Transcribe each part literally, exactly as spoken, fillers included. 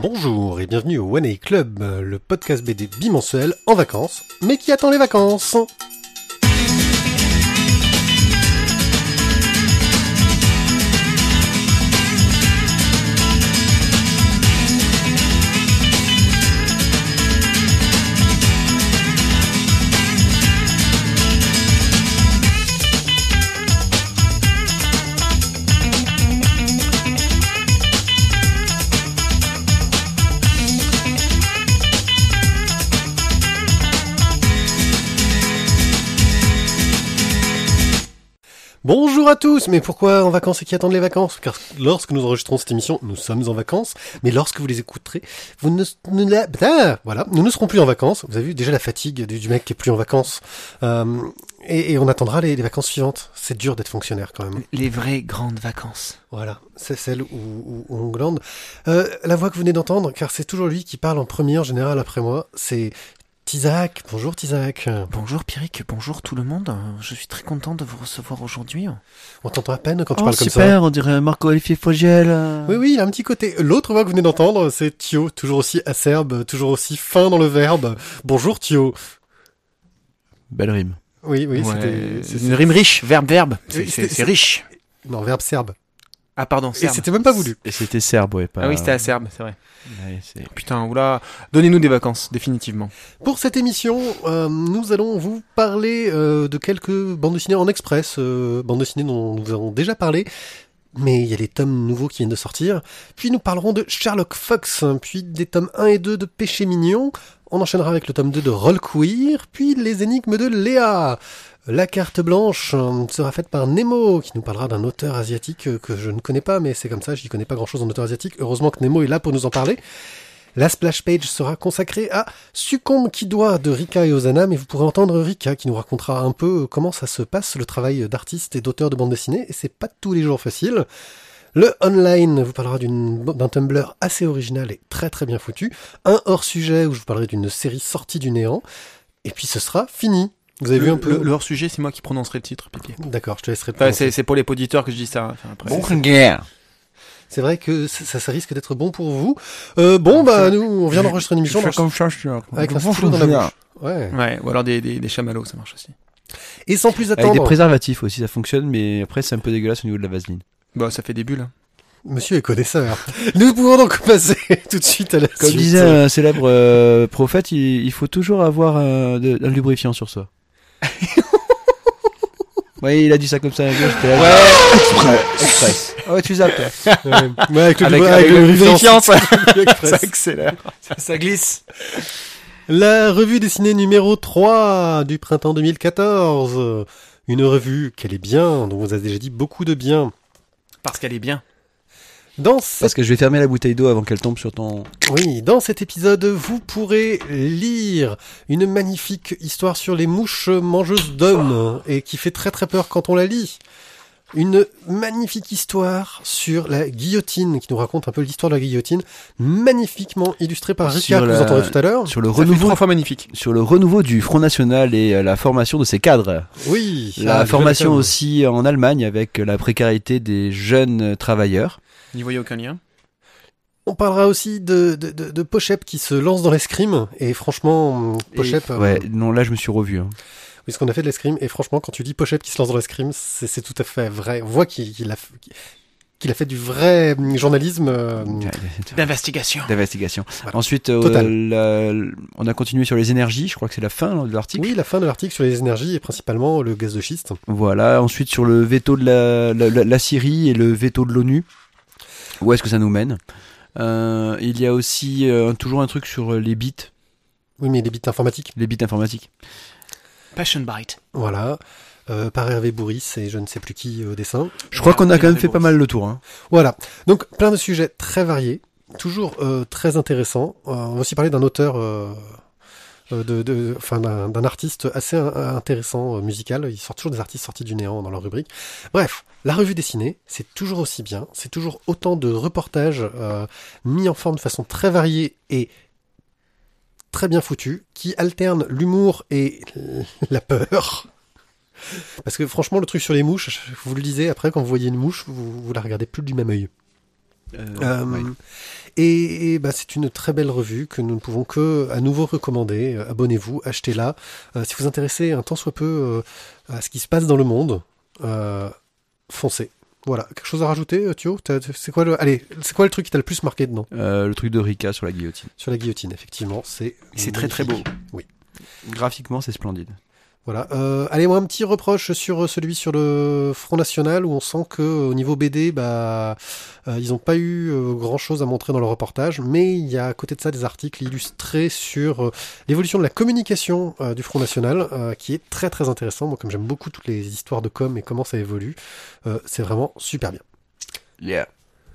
Bonjour et bienvenue au One A Club, le podcast B D bimensuel en vacances, mais qui attend les vacances. Bonjour à tous, mais pourquoi en vacances et qui attendent les vacances? Car lorsque nous enregistrons cette émission, nous sommes en vacances, mais lorsque vous les écouterez, vous ne, ne la, ah, voilà, nous ne serons plus en vacances. Vous avez vu déjà la fatigue du, du mec qui est plus en vacances, euh, et, et on attendra les, les vacances suivantes. C'est dur d'être fonctionnaire quand même. Les vraies grandes vacances. Voilà, c'est celle où, où, où on glande. Euh, la voix que vous venez d'entendre, car c'est toujours lui qui parle en premier en général après moi, c'est Tizak. Bonjour Tizak. Bonjour Pierrick, bonjour tout le monde. Je suis très content de vous recevoir aujourd'hui. On t'entend à peine quand tu oh, parles comme ça. Super, on dirait Marco-Olivier Fogiel. Oui, oui, il a un petit côté. L'autre voix que vous venez d'entendre, c'est Thio, toujours aussi acerbe, toujours aussi fin dans le verbe. Bonjour Thio. Belle rime. Oui, oui, ouais, c'était... C'est une rime riche, verbe-verbe. C'est, oui, c'est, c'est riche. Non, verbe serbe. Ah pardon, serbe. Et c'était même pas voulu. Et c'était serbe, ouais. Pas... Ah oui, c'était acerbe, c'est vrai. Ouais, c'est... Putain, oula, donnez-nous des vacances, définitivement. Pour cette émission, euh, nous allons vous parler euh, de quelques bandes dessinées en express, euh, bandes dessinées dont nous avons déjà parlé, mais il y a les tomes nouveaux qui viennent de sortir. Puis nous parlerons de Sherlock Fox, puis des tomes un et deux de Péché Mignon. On enchaînera avec le tome deux de Roll Queer, puis les énigmes de Léa. La carte blanche sera faite par Nemo, qui nous parlera d'un auteur asiatique que je ne connais pas, mais c'est comme ça, j'y connais pas grand chose en auteur asiatique. Heureusement que Nemo est là pour nous en parler. La splash page sera consacrée à Succombe qui doit de Rika et Ozana, mais vous pourrez entendre Rika qui nous racontera un peu comment ça se passe, le travail d'artiste et d'auteur de bande dessinée, et c'est pas tous les jours facile. Le online vous parlera d'une, d'un Tumblr assez original et très très bien foutu. Un hors-sujet où je vous parlerai d'une série sortie du néant. Et puis ce sera fini. Vous avez le, vu un peu le, le hors-sujet, c'est moi qui prononcerai le titre, Pipi. D'accord, je te laisserai enfin, c'est, c'est pour les auditeurs que je dis ça. Enfin, après, bon c'est, guerre. C'est vrai que ça, ça risque d'être bon pour vous. Euh, bon, bah nous, on vient d'enregistrer une émission je fais comme ça, je avec un stylo dans la bouche. Ouais. Ouais, ou alors des, des, des chamallows, ça marche aussi. Et sans plus attendre... Avec des préservatifs aussi, ça fonctionne, mais après c'est un peu dégueulasse au niveau de la vaseline. Bah, ça fait des bulles. Monsieur est connaisseur. Nous pouvons donc passer tout de suite à la Comme suite. disait un célèbre euh, prophète, il, il faut toujours avoir un, de, un lubrifiant sur soi. Ouais, il a dit ça comme ça. J'étais là, ouais, express. express. Ah ouais, tu zappes, toi. Ouais, ouais, avec le, avec, avec, avec le le lubrifiant, ça, ça accélère. Ça, ça glisse. La revue dessinée numéro trois du printemps deux mille quatorze. Une revue qu'elle est bien, dont vous avez déjà dit beaucoup de bien. Parce qu'elle est bien. Dans cette... Parce que je vais fermer la bouteille d'eau avant qu'elle tombe sur ton... Oui, dans cet épisode, vous pourrez lire une magnifique histoire sur les mouches mangeuses d'hommes, et qui fait très très peur quand on la lit. Une magnifique histoire sur la guillotine, qui nous raconte un peu l'histoire de la guillotine, magnifiquement illustrée par Rika, que la... vous entendrez tout à l'heure. Sur le Ça renouveau, trois fois magnifique. Sur le renouveau du Front National et la formation de ses cadres. Oui. La formation aussi en Allemagne avec la précarité des jeunes travailleurs. N'y voyez aucun lien. On parlera aussi de, de, de, de Pochep qui se lance dans l'escrime, et franchement, Pochep... Et... Ouais, euh... non, là je me suis revu. Hein. Oui, ce qu'on a fait de l'escrime, et franchement, quand tu dis Pochep qui se lance dans l'escrime, c'est, c'est tout à fait vrai. On voit qu'il, qu'il, a, qu'il a fait du vrai journalisme... Euh... D'investigation. D'investigation. Voilà. Ensuite, euh, la, on a continué sur les énergies, je crois que c'est la fin de l'article. Oui, la fin de l'article sur les énergies, et principalement le gaz de schiste. Voilà, ensuite sur le veto de la, la, la, la Syrie et le veto de l'ONU. Où est-ce que ça nous mène? euh, Il y a aussi euh, toujours un truc sur les bits. Oui, mais les bits informatiques. Les bits informatiques. Passion Byte. Voilà. Euh, par Hervé Bourris et je ne sais plus qui au dessin. Je crois qu'on a quand même fait pas mal le tour. Hein. Voilà. Donc, plein de sujets très variés. Toujours euh, très intéressants. Euh, on va aussi parler d'un auteur... Euh... De, de, enfin, d'un, d'un artiste assez intéressant euh, musical. Ils sortent toujours des artistes sortis du néant dans leur rubrique. Bref, la revue dessinée, c'est toujours aussi bien. C'est toujours autant de reportages euh, mis en forme de façon très variée et très bien foutue, qui alternent l'humour et la peur. Parce que franchement, le truc sur les mouches, vous le disiez, après, quand vous voyez une mouche, vous, vous la regardez plus du même œil. Euh, Euh, ouais. Et, et bah, c'est une très belle revue que nous ne pouvons que à nouveau recommander. Euh, abonnez-vous, achetez-la. Euh, si vous vous intéressez un tant soit peu euh, à ce qui se passe dans le monde, euh, foncez. Voilà. Quelque chose à rajouter, euh, Thio? T'as- C'est quoi le, allez, c'est quoi le truc qui t'a le plus marqué dedans? Euh, le truc de Rika sur la guillotine. Sur la guillotine, effectivement, c'est C'est très très beau. magnifique. Oui. Graphiquement, c'est splendide. Voilà. Euh, allez, moi un petit reproche sur celui sur le Front National où on sent que au niveau B D, bah, euh, ils n'ont pas eu euh, grand chose à montrer dans le reportage, mais il y a à côté de ça des articles illustrés sur euh, l'évolution de la communication euh, du Front National, euh, qui est très très intéressant. Moi, comme j'aime beaucoup toutes les histoires de com et comment ça évolue, euh, c'est vraiment super bien. Yeah.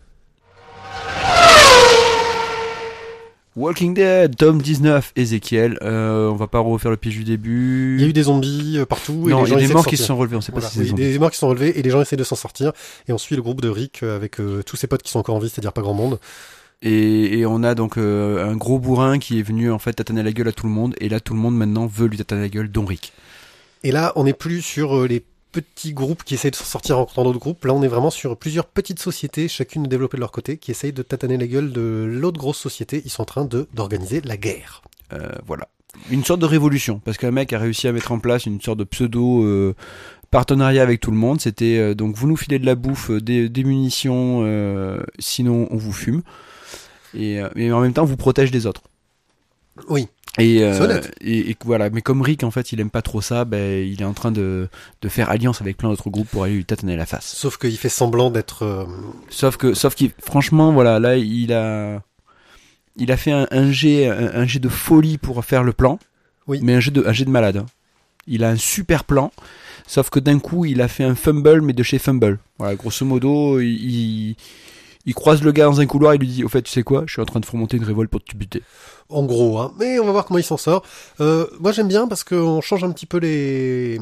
Walking Dead, tome dix-neuf, Ezekiel. Euh, on va pas refaire le pitch du début. Il y a eu des zombies euh, partout. Non, et les il y gens a des essaient de morts qui se sortir. sont relevés. On sait pas Voilà, si c'est oui, des zombies. des morts qui sont relevés et les gens essaient de s'en sortir. Et on suit le groupe de Rick euh, avec euh, tous ses potes qui sont encore en vie, c'est-à-dire pas grand monde. Et, et on a donc euh, un gros bourrin qui est venu en fait tataner la gueule à tout le monde. Et là, tout le monde maintenant veut lui tataner la gueule, dont Rick. Et là, on n'est plus sur euh, les petits groupes qui essayent de s'en sortir en rencontrant d'autres groupes. Là, on est vraiment sur plusieurs petites sociétés, chacune développée de leur côté, qui essayent de tataner la gueule de l'autre grosse société. Ils sont en train de d'organiser la guerre. Euh, voilà. Une sorte de révolution. Parce qu'un mec a réussi à mettre en place une sorte de pseudo euh, partenariat avec tout le monde. C'était euh, donc vous nous filez de la bouffe, euh, des, des munitions, euh, sinon on vous fume. Et, euh, et en même temps, on vous protège des autres. Oui. Et, euh, C'est honnête. et, et voilà, mais comme Rick en fait il aime pas trop ça, ben, il est en train de, de faire alliance avec plein d'autres groupes pour aller lui tataner la face. Sauf qu'il fait semblant d'être... euh, Sauf que, sauf qu'il, franchement, voilà, là il a, il a fait un, un jet, un, un jet de folie pour faire le plan, Oui. mais un jet de, un jet de malade. hein. Il a un super plan, sauf que d'un coup il a fait un fumble, mais de chez Fumble. Voilà, grosso modo, il, il, il croise le gars dans un couloir, il lui dit, au fait, tu sais quoi, je suis en train de remonter une révolte pour te buter. En gros, hein. Mais on va voir comment il s'en sort. Euh, moi, j'aime bien parce qu'on change un petit peu les...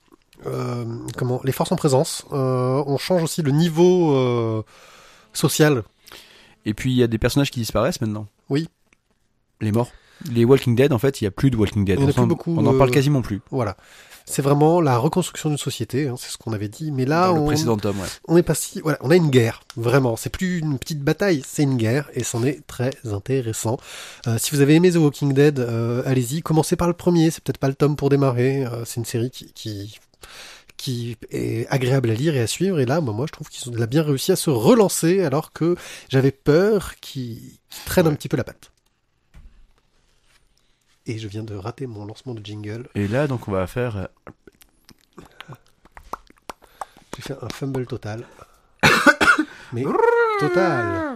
Euh, comment les forces en présence. Euh, on change aussi le niveau euh, social. Et puis il y a des personnages qui disparaissent maintenant. Oui. Les morts. Les Walking Dead, en fait, il y a plus de Walking Dead. Il y en a on plus en- beaucoup, on en parle euh, quasiment plus. Voilà. C'est vraiment la reconstruction d'une société, hein, c'est ce qu'on avait dit. Mais là, Dans le on, précédent tome, ouais. on est pas si... Voilà, on a une guerre, vraiment. C'est plus une petite bataille, c'est une guerre, et c'en est très intéressant. Euh, si vous avez aimé The Walking Dead, euh, allez-y. Commencez par le premier, c'est peut-être pas le tome pour démarrer. Euh, c'est une série qui, qui, qui est agréable à lire et à suivre. Et là, moi, moi je trouve qu'ils ont bien réussi à se relancer, alors que j'avais peur qu'ils qu'ils traînent un petit peu la patte. Et je viens de rater mon lancement de jingle. Et là, donc, on va faire... euh, J'ai fait un fumble total. Mais total.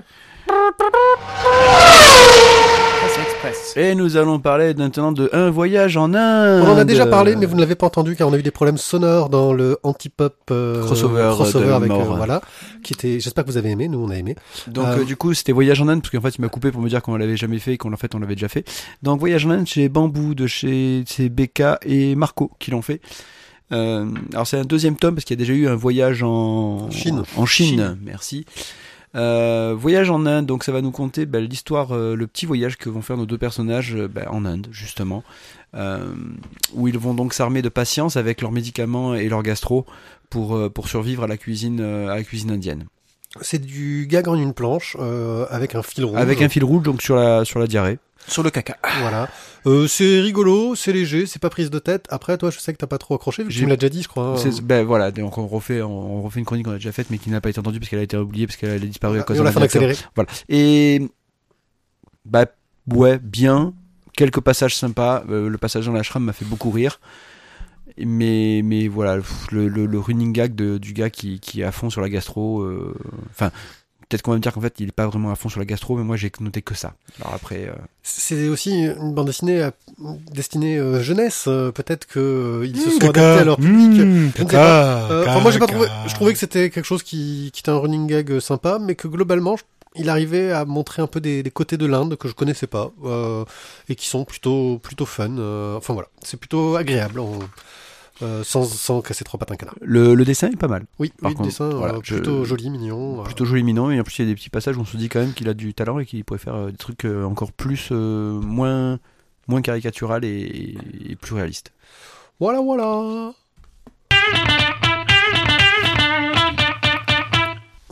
Presse Express. Et nous allons parler maintenant de Un voyage en Inde. On en a déjà parlé, mais vous ne l'avez pas entendu car on a eu des problèmes sonores dans le anti-pop euh, Crossover de avec mort. euh, voilà, qui était. J'espère que vous avez aimé. Nous, on a aimé. Donc, Euh, euh, du coup, c'était Voyage en Inde, parce qu'en fait, il m'a coupé pour me dire qu'on l'avait jamais fait et qu'en fait, on l'avait déjà fait. Donc, Voyage en Inde chez Bamboo, de chez c'est Becca et Marco qui l'ont fait. Euh, alors, c'est un deuxième tome, parce qu'il y a déjà eu un voyage en, En Chine. En Chine, Chine. merci. Euh, voyage en Inde, donc ça va nous conter bah, l'histoire, euh, le petit voyage que vont faire nos deux personnages euh, bah, en Inde, justement, euh, où ils vont donc s'armer de patience avec leurs médicaments et leur gastro pour, euh, pour survivre à la cuisine, euh, à la cuisine indienne. C'est du gag en une planche euh, avec un fil rouge. Avec un fil rouge donc sur la, sur la diarrhée. Sur le caca. Voilà. Euh, c'est rigolo, c'est léger, c'est pas prise de tête. Après, toi, je sais que t'as pas trop accroché. vu que J'ai- Tu me l'as déjà dit, je crois. hein. C'est- Ben voilà, donc on refait, on refait une chronique qu'on a déjà faite mais qui n'a pas été entendue parce qu'elle a été oubliée parce qu'elle a disparu à cause Et on d'un l'a fait en ordinateur. accéléré. Voilà. Et bah ouais, bien, quelques passages sympas. Euh, le passage dans l'ashram m'a fait beaucoup rire. Mais mais voilà, pff, le, le, le running gag de, du gars qui, qui est à fond sur la gastro. euh, Enfin, peut-être qu'on va me dire qu'en fait il est pas vraiment à fond sur la gastro, mais moi j'ai noté que ça. Alors après, euh, C'est aussi une bande dessinée à- destinée euh, jeunesse. euh, Peut-être que euh, ils se sont Mmh, adaptés caca. à leur public. Mmh, Je ne sais caca, pas. Euh, Enfin, moi, j'ai pas caca. trouvé. Je trouvais que c'était quelque chose qui, qui était un running gag euh, sympa, mais que globalement, je- il arrivait à montrer un peu des, des côtés de l'Inde que je connaissais pas euh, et qui sont plutôt plutôt fun. euh, enfin voilà, c'est plutôt agréable. on- euh, sans, sans casser trop pattes un canard. le, le dessin est pas mal. Oui, Par oui, contre, le dessin euh, voilà, je- plutôt joli, mignon. euh. Plutôt joli mignon, et en plus il y a des petits passages où on se dit quand même qu'il a du talent et qu'il pourrait faire euh, des trucs euh, encore plus euh, moins moins caricatural et, et plus réaliste. Voilà, voilà. On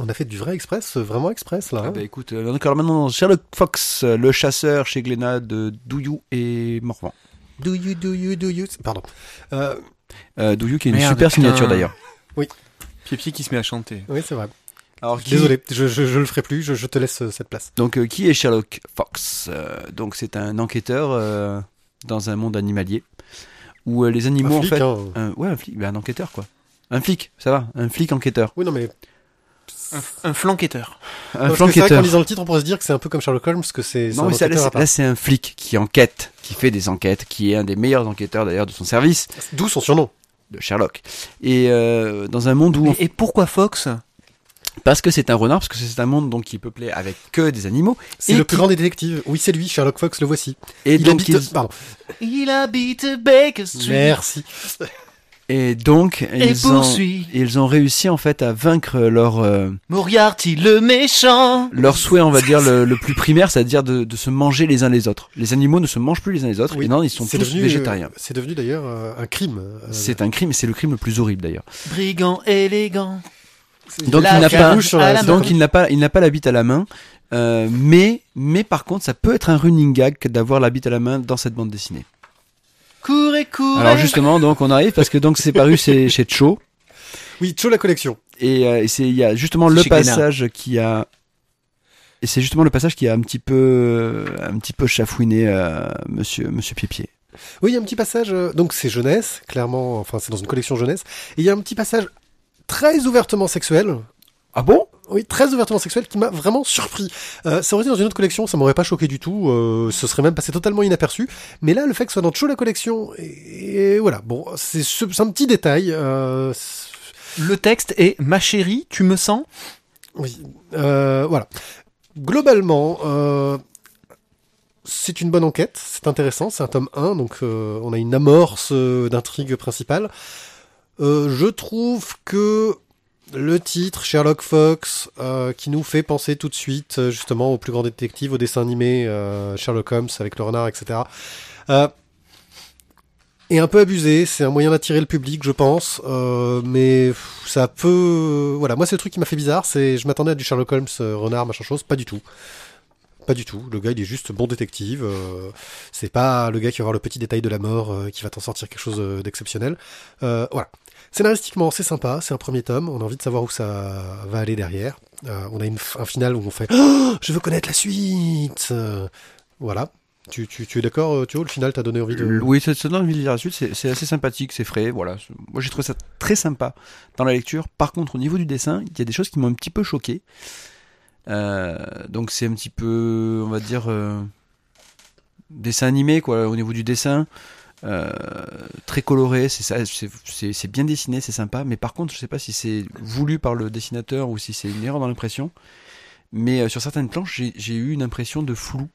on a fait du vrai express, vraiment express là. Ah hein. bah écoute, euh, donc alors maintenant dans Sherlock Fox, euh, le chasseur chez Glénat de Douillou et Morvan. Do you, do you, do you. Pardon. Euh, Euh, Douillou qui est une Merde, super putain. signature d'ailleurs. Pied-Pied qui se met à chanter. oui, c'est vrai. Alors qui- Désolé, je, je, je le ferai plus, je, je te laisse euh, cette place. Donc euh, qui est Sherlock Fox? Euh, Donc c'est un enquêteur euh, dans un monde animalier où euh, les animaux Un flic, en fait, hein. un- ouais un flic, bah, un enquêteur quoi, un flic, ça va, un flic enquêteur, Oui, non, mais. Un, un flanquetteur. un Parce que c'est vrai flanquetteur. qu'en lisant le titre, on pourrait se dire que c'est un peu comme Sherlock Holmes, que c'est. c'est Non un mais ça, là, enquêteur à c'est- part. là c'est un flic qui enquête, qui fait des enquêtes, qui est un des meilleurs enquêteurs d'ailleurs de son service, D'où son surnom. de Sherlock. Et euh, dans un monde où Et, et pourquoi Fox? parce que c'est un renard, parce que c'est un monde donc qui est peuplé avec que des animaux. C'est Et le qui- plus grand des détectives. Oui, c'est lui, Sherlock Fox, le voici. Et il donc habite. ils, Pardon. Il habite Baker Street. Merci. et donc Et ils ont, poursuit ils ont réussi en fait à vaincre leur euh, Moriarty le méchant. leur souhait, on va dire le, le plus primaire, c'est-à-dire de, de se manger les uns les autres. Les animaux ne se mangent plus les uns les autres. Oui, Et non, ils sont C'est tous devenu, végétariens. euh, C'est devenu d'ailleurs euh, un crime. euh, C'est un crime, et c'est le crime le plus horrible d'ailleurs. Brigand élégant. Donc La il n'a pas, carouche sur la- à la donc main. il n'a pas, il n'a pas la bite à la main. Euh, mais, mais par contre, ça peut être un running gag que d'avoir la bite à la main dans cette bande dessinée. Courez, courez. Alors justement, donc on arrive parce que donc c'est paru chez, chez Cho. Oui, Cho la collection. Et, euh, et c'est il y a justement C'est le chez Glénat. passage qui a et c'est justement le passage qui a un petit peu un petit peu chafouiné euh, monsieur monsieur Pied-Pied. Oui, il y a un petit passage. euh, donc c'est jeunesse, clairement. Enfin, c'est dans une collection jeunesse. Et il y a un petit passage très ouvertement sexuel. Ah bon? Oui, très ouvertement sexuel qui m'a vraiment surpris. Euh, ça aurait été dans une autre collection, ça m'aurait pas choqué du tout. Euh, ce serait même passé totalement inaperçu. Mais là, le fait que ce soit dans Cho la collection, et, et voilà. Bon, c'est ce- c'est un petit détail. Euh, c'est- Le texte est Ma chérie, tu me sens? oui, euh, voilà. Globalement, euh, c'est une bonne enquête. C'est intéressant. C'est un tome un, donc euh, on a une amorce euh, d'intrigue principale. Euh, je trouve que le titre Sherlock Fox, euh, qui nous fait penser tout de suite euh, justement au plus grand détective, au dessin animé euh, Sherlock Holmes avec le renard, et cetera. Euh, est un peu abusé. C'est un moyen d'attirer le public, je pense, euh, mais pff, ça peut. Voilà, moi c'est le truc qui m'a fait bizarre. C'est, je m'attendais à du Sherlock Holmes euh, renard machin chose, pas du tout. Pas du tout. Le gars, il est juste bon détective. Euh, c'est pas le gars qui va avoir le petit détail de la mort, euh, qui va t'en sortir quelque chose euh, d'exceptionnel. Euh, voilà. Scénaristiquement, c'est sympa. C'est un premier tome. On a envie de savoir où ça va aller derrière. Euh, on a une, un final où on fait oh, je veux connaître la suite. Euh, voilà. Tu, tu, tu es d'accord, euh, Théo? Le final t'a donné envie de. Oui, ça ça donne envie de lire la suite. C'est c'est assez sympathique, c'est frais. Voilà. Moi, j'ai trouvé ça très sympa dans la lecture. Par contre, au niveau du dessin, il y a des choses qui m'ont un petit peu choqué. Euh, donc, c'est un petit peu, on va dire, euh, dessin animé, quoi, au niveau du dessin. Euh, très coloré, c'est ça, c'est- c'est c'est bien dessiné, c'est sympa. Mais par contre, je sais pas si c'est voulu par le dessinateur ou si c'est une erreur dans l'impression. Mais euh, sur certaines planches, j'ai j'ai eu une impression de flou.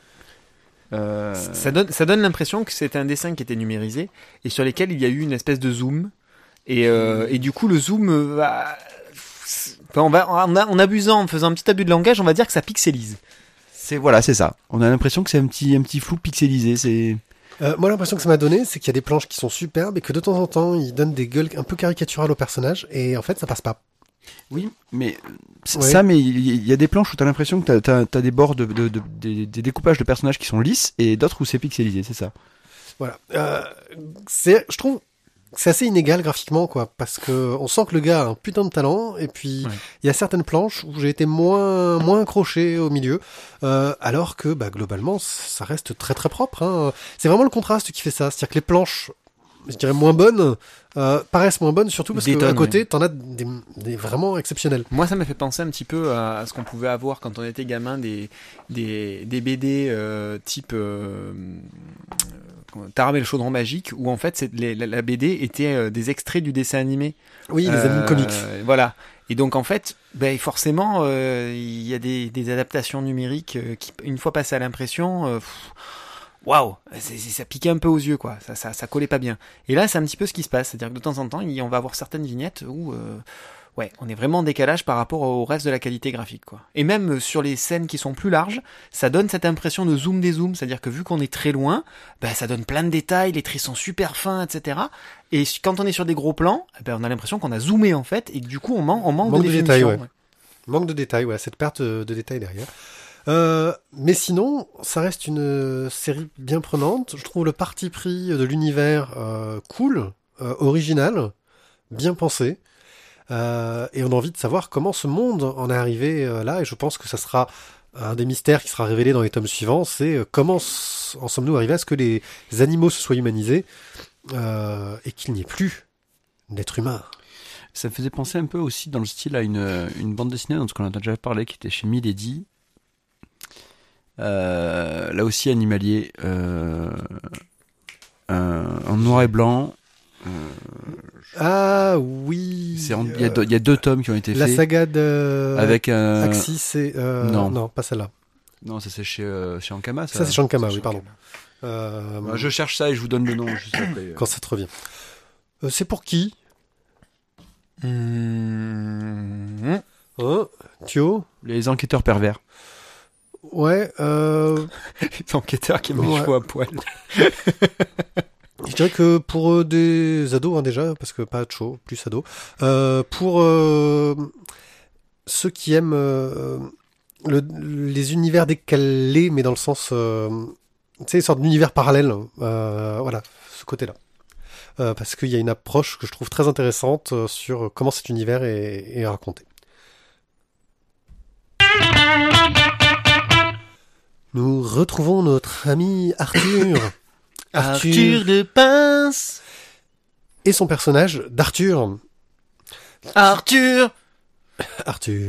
Euh, Ça donne, ça donne l'impression que c'était un dessin qui était numérisé et sur lesquels il y a eu une espèce de zoom. Et, euh, et du coup, le zoom euh, va. Enfin, on va, en, a- en abusant, en faisant un petit abus de langage, on va dire que ça pixelise. C'est voilà, c'est ça. On a l'impression que c'est un petit un petit flou pixelisé. C'est Euh, moi, l'impression que ça m'a donné, c'est qu'il y a des planches qui sont superbes et que de temps en temps, ils donnent des gueules un peu caricaturales aux personnages et en fait, ça passe pas. oui, mais c'est Ouais. ça. Mais il y a des planches où t'as l'impression que t'as t'as, t'as des bords de, de, de- des, des découpages de personnages qui sont lisses et d'autres où c'est pixelisé. C'est ça. Voilà. Euh, c'est, je trouve, que c'est assez inégal graphiquement, quoi, parce que on sent que le gars a un putain de talent, et puis il Ouais. y a certaines planches où j'ai été moins moins accroché au milieu, euh, alors que bah, globalement, ça reste très très propre. Hein. C'est vraiment le contraste qui fait ça, c'est-à-dire que les planches, je dirais moins bonnes, euh, paraissent moins bonnes, surtout parce qu'à Détonne, côté, ouais. t'en as des, des vraiment exceptionnels. Moi, ça m'a fait penser un petit peu à, à ce qu'on pouvait avoir quand on était gamin, des, des, des B D euh, type euh, euh, Taram et le chaudron magique, où en fait c'est, les, la, la B D était euh, des extraits du dessin animé. Oui, les Euh, animes comics. Voilà. Et donc en fait, ben, forcément, euh, il y a des, des adaptations numériques euh, qui, une fois passées à l'impression, euh, pff, waouh, c'est- c'est- ça piquait un peu aux yeux, quoi. Ça, ça, ça collait pas bien. Et là, c'est un petit peu ce qui se passe, c'est-à-dire que de temps en temps, il- on va avoir certaines vignettes où, euh, ouais, on est vraiment en décalage par rapport au reste de la qualité graphique, quoi. Et même euh, sur les scènes qui sont plus larges, ça donne cette impression de zoom des zooms, c'est-à-dire que vu qu'on est très loin, ben, ça donne plein de détails, les traits sont super fins, et cetera. Et quand on est sur des gros plans, eh ben, on a l'impression qu'on a zoomé en fait, et que du coup on, man- on manque, Manque de de définition. détails, ouais. Manque de détails, ouais, cette perte de détails derrière. Euh, mais sinon, ça reste une euh, série bien prenante. Je trouve le parti pris de l'univers euh, cool, euh, original, bien pensé. Euh, et on a envie de savoir comment ce monde en est arrivé euh, là. Et je pense que ça sera un des mystères qui sera révélé dans les tomes suivants. C'est euh, comment s- en sommes-nous arrivés à ce que les animaux se soient humanisés euh, et qu'il n'y ait plus d'êtres humains. Ça me faisait penser un peu aussi dans le style à une, une bande dessinée dont on a déjà parlé, qui était chez Milady. Euh, là aussi animalier, euh, euh, en noir et blanc. Euh, Ah oui. c'est en- Il y, a deux- il y a deux tomes qui ont été La faits. saga de Avec un. Axis et euh, non. non, pas celle-là. Non, ça c'est chez, euh, chez Ankama. Ça, Ça c'est Shankama, C'est oui, pardon. Shankama. Euh, Bah, je cherche ça et je vous donne le nom juste après. Quand ça te revient. Euh, c'est pour qui Mmh. Hein Thio Les enquêteurs pervers. Ouais, euh, Les enquêteurs qui met Ouais. les cheveux à poil. je dirais que pour euh, des ados, hein, déjà, parce que pas de chaud, plus ados, euh, pour euh, ceux qui aiment euh, le, les univers décalés, mais dans le sens, euh, tu sais, une sorte d'univers parallèle, euh, voilà, ce côté-là. Euh, parce qu'il y a une approche que je trouve très intéressante euh, sur comment cet univers est, est raconté. Nous retrouvons notre ami Arthur. Arthur de Pince. Et son personnage d'Arthur. Arthur. Arthur.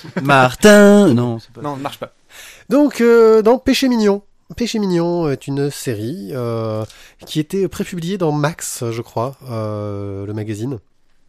Martin. Non, c'est pas. Non, ça marche pas. Donc, euh, dans Péché Mignon. Péché Mignon est une série euh, qui était prépubliée dans Max, je crois, euh, le magazine.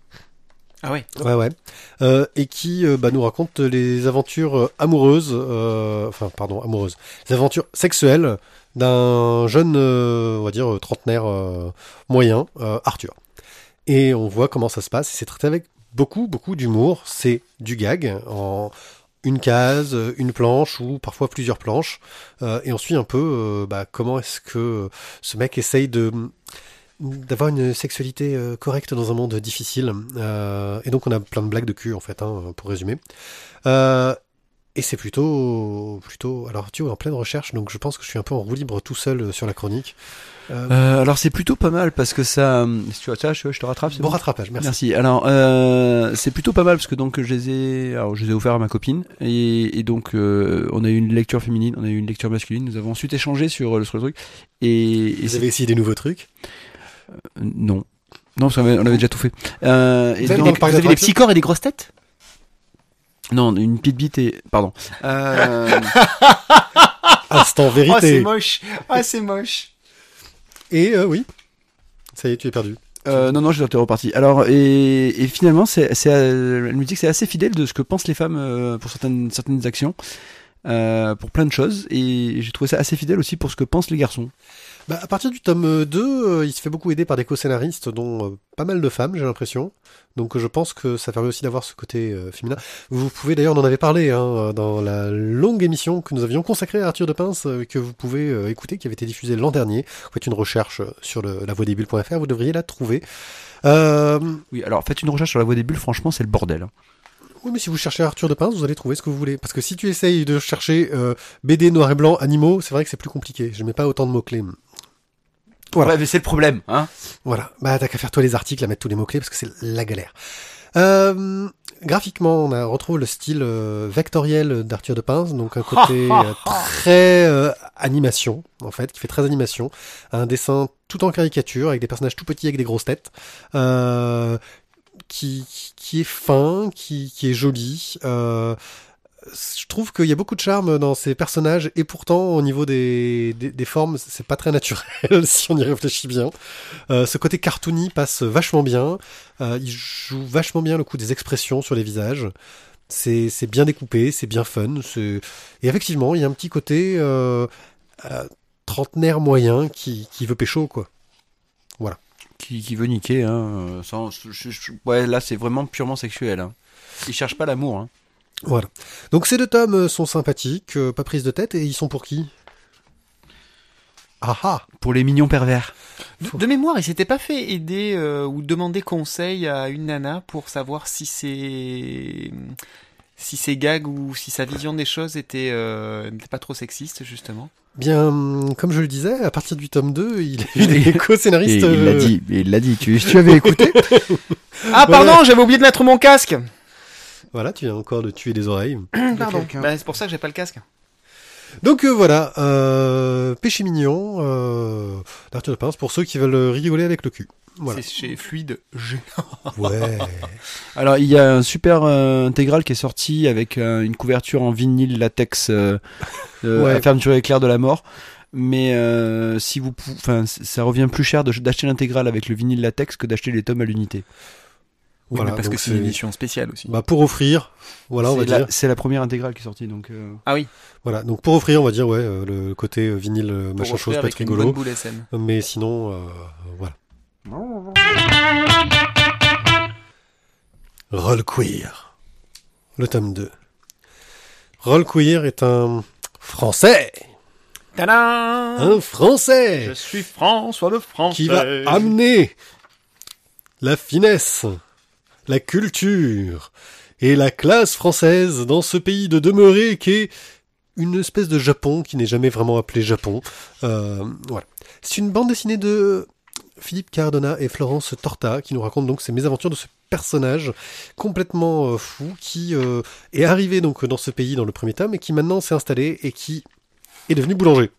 Ah ouais. Ouais, ouais. Euh, et qui euh, bah, nous raconte les aventures euh, amoureuses, euh, enfin, pardon, amoureuses, les aventures sexuelles d'un jeune, euh, on va dire, euh, trentenaire euh, moyen, euh, Arthur. Et on voit comment ça se passe. Et c'est traité avec beaucoup, beaucoup d'humour. C'est du gag en une case, une planche ou parfois plusieurs planches. Euh, et on suit un peu euh, bah, comment est-ce que ce mec essaye de d'avoir une sexualité euh, correcte dans un monde difficile. Euh, et donc on a plein de blagues de cul en fait, hein, pour résumer. Euh, et c'est plutôt, plutôt. Alors tu es en pleine recherche, donc je pense que je suis un peu en roue libre tout seul euh, sur la chronique. Euh, Euh, alors c'est plutôt pas mal parce que ça. Si tu vois ça, je, je te rattrape. C'est bon bon rattrapage, merci. Merci. Alors, euh, c'est plutôt pas mal parce que donc je les ai, alors je les ai offerts à ma copine et, et donc euh, on a eu une lecture féminine, on a eu une lecture masculine. Nous avons ensuite échangé sur, sur le truc et, et Vous c'est- avez essayé des nouveaux trucs? euh, non, non parce qu'on avait, on avait déjà tout fait. Euh, et Vous avez donc- dans le parc Vous avez des d'attractions petits corps et des grosses têtes? non, une petite bite et pardon. Euh, Instant Oh, c'est vérité. moche. Ah, c'est moche. Et euh, oui, ça y est, tu es perdu. Euh, non, non, je suis reparti. Alors, et, et finalement, c'est, c'est, euh, elle me dit que c'est assez fidèle de ce que pensent les femmes euh, pour certaines, certaines actions, euh, pour plein de choses, et j'ai trouvé ça assez fidèle aussi pour ce que pensent les garçons. Bah, à partir du tome deux, euh, il se fait beaucoup aider par des co-scénaristes, dont euh, pas mal de femmes, j'ai l'impression. Donc euh, je pense que ça permet aussi d'avoir ce côté euh, féminin. Vous pouvez, d'ailleurs, on en avait parlé hein, dans la longue émission que nous avions consacrée à Arthur de Pince, euh, que vous pouvez euh, écouter, qui avait été diffusée l'an dernier. Vous faites une recherche sur le, la voix des bulles point f r, vous devriez la trouver. Euh, Oui, alors faites une recherche sur la voie des bulles, franchement, c'est le bordel. hein. oui, mais si vous cherchez Arthur de Pince, vous allez trouver ce que vous voulez. Parce que si tu essayes de chercher euh, B D noir et blanc, animaux, c'est vrai que c'est plus compliqué. Je mets pas autant de mots-clés. Voilà. Ouais, mais c'est le problème, hein. Voilà, bah t'as qu'à faire toi les articles, à mettre tous les mots-clés, parce que c'est la galère. Euh, graphiquement, on a, on retrouve le style euh, vectoriel d'Arthur de Pince, donc un côté euh, très euh, animation, en fait, qui fait très animation. Un dessin tout en caricature, avec des personnages tout petits, avec des grosses têtes, euh, qui, qui est fin, qui, qui est joli. Euh, je trouve qu'il y a beaucoup de charme dans ces personnages, et pourtant, au niveau des, des, des formes, c'est pas très naturel, si on y réfléchit bien. Euh, ce côté cartoony passe vachement bien. Euh, il joue vachement bien le coup des expressions sur les visages. C'est, c'est bien découpé, c'est bien fun. C'est... Et effectivement, il y a un petit côté euh, euh, trentenaire moyen qui, qui veut pécho, quoi. Voilà. Qui, qui veut niquer, hein. euh, Sans, je- je- je- ouais, là, c'est vraiment purement sexuel. Hein. Ils cherchent pas l'amour, hein. Voilà. Donc ces deux tomes sont sympathiques, euh, pas prise de tête, et ils sont pour qui? Ah ah. Pour les mignons pervers. De, de mémoire, il s'était pas fait aider euh, ou demander conseil à une nana pour savoir si c'est si ses gags ou si sa vision des choses était euh, n'était pas trop sexiste justement. Bien, comme je le disais, à partir du tome deux, il est co-scénariste. Et il l'a euh, dit, il l'a dit. Tu, tu avais écouté? Ah pardon, Voilà. j'avais oublié de mettre mon casque. Voilà, tu viens encore de tuer des oreilles. Pardon. quelqu'un. Bah, c'est pour ça que j'ai pas le casque. Donc euh, voilà, euh, Péché mignon, euh, d'Arthur de Pince, pour ceux qui veulent rigoler avec le cul. Voilà. C'est chez Fluide G. Ouais. Alors, il y a un super euh, intégral qui est sorti avec euh, une couverture en vinyle latex euh, euh, Ouais. à fermeture éclair de la mort. Mais euh, si vous, pou- enfin, c- ça revient plus cher de- d'acheter l'intégrale avec le vinyle latex que d'acheter les tomes à l'unité. Oui, Voilà, mais parce donc que c'est une c'est- édition spéciale aussi. Bah pour offrir, voilà, on va c'est, la, dire. c'est la première intégrale qui est sortie, donc. euh, Ah oui, Voilà, donc pour offrir, on va dire, ouais, euh, le côté euh, vinyle, euh, pour machin offrir chose, peut avec être une rigolo. bonne boule S M. Mais sinon, euh, voilà. Roll Queer. Le tome deux. Roll Queer est un Français. Tadam Un Français Je suis François le Français. qui va amener la finesse, la culture et la classe française dans ce pays de demeuré qui est une espèce de Japon qui n'est jamais vraiment appelé Japon. Euh, voilà. C'est une bande dessinée de Philippe Cardona et Florence Torta qui nous racontent donc ces mésaventures de ce personnage complètement euh, fou qui euh, est arrivé donc dans ce pays dans le premier tome et qui maintenant s'est installé et qui est devenu boulanger.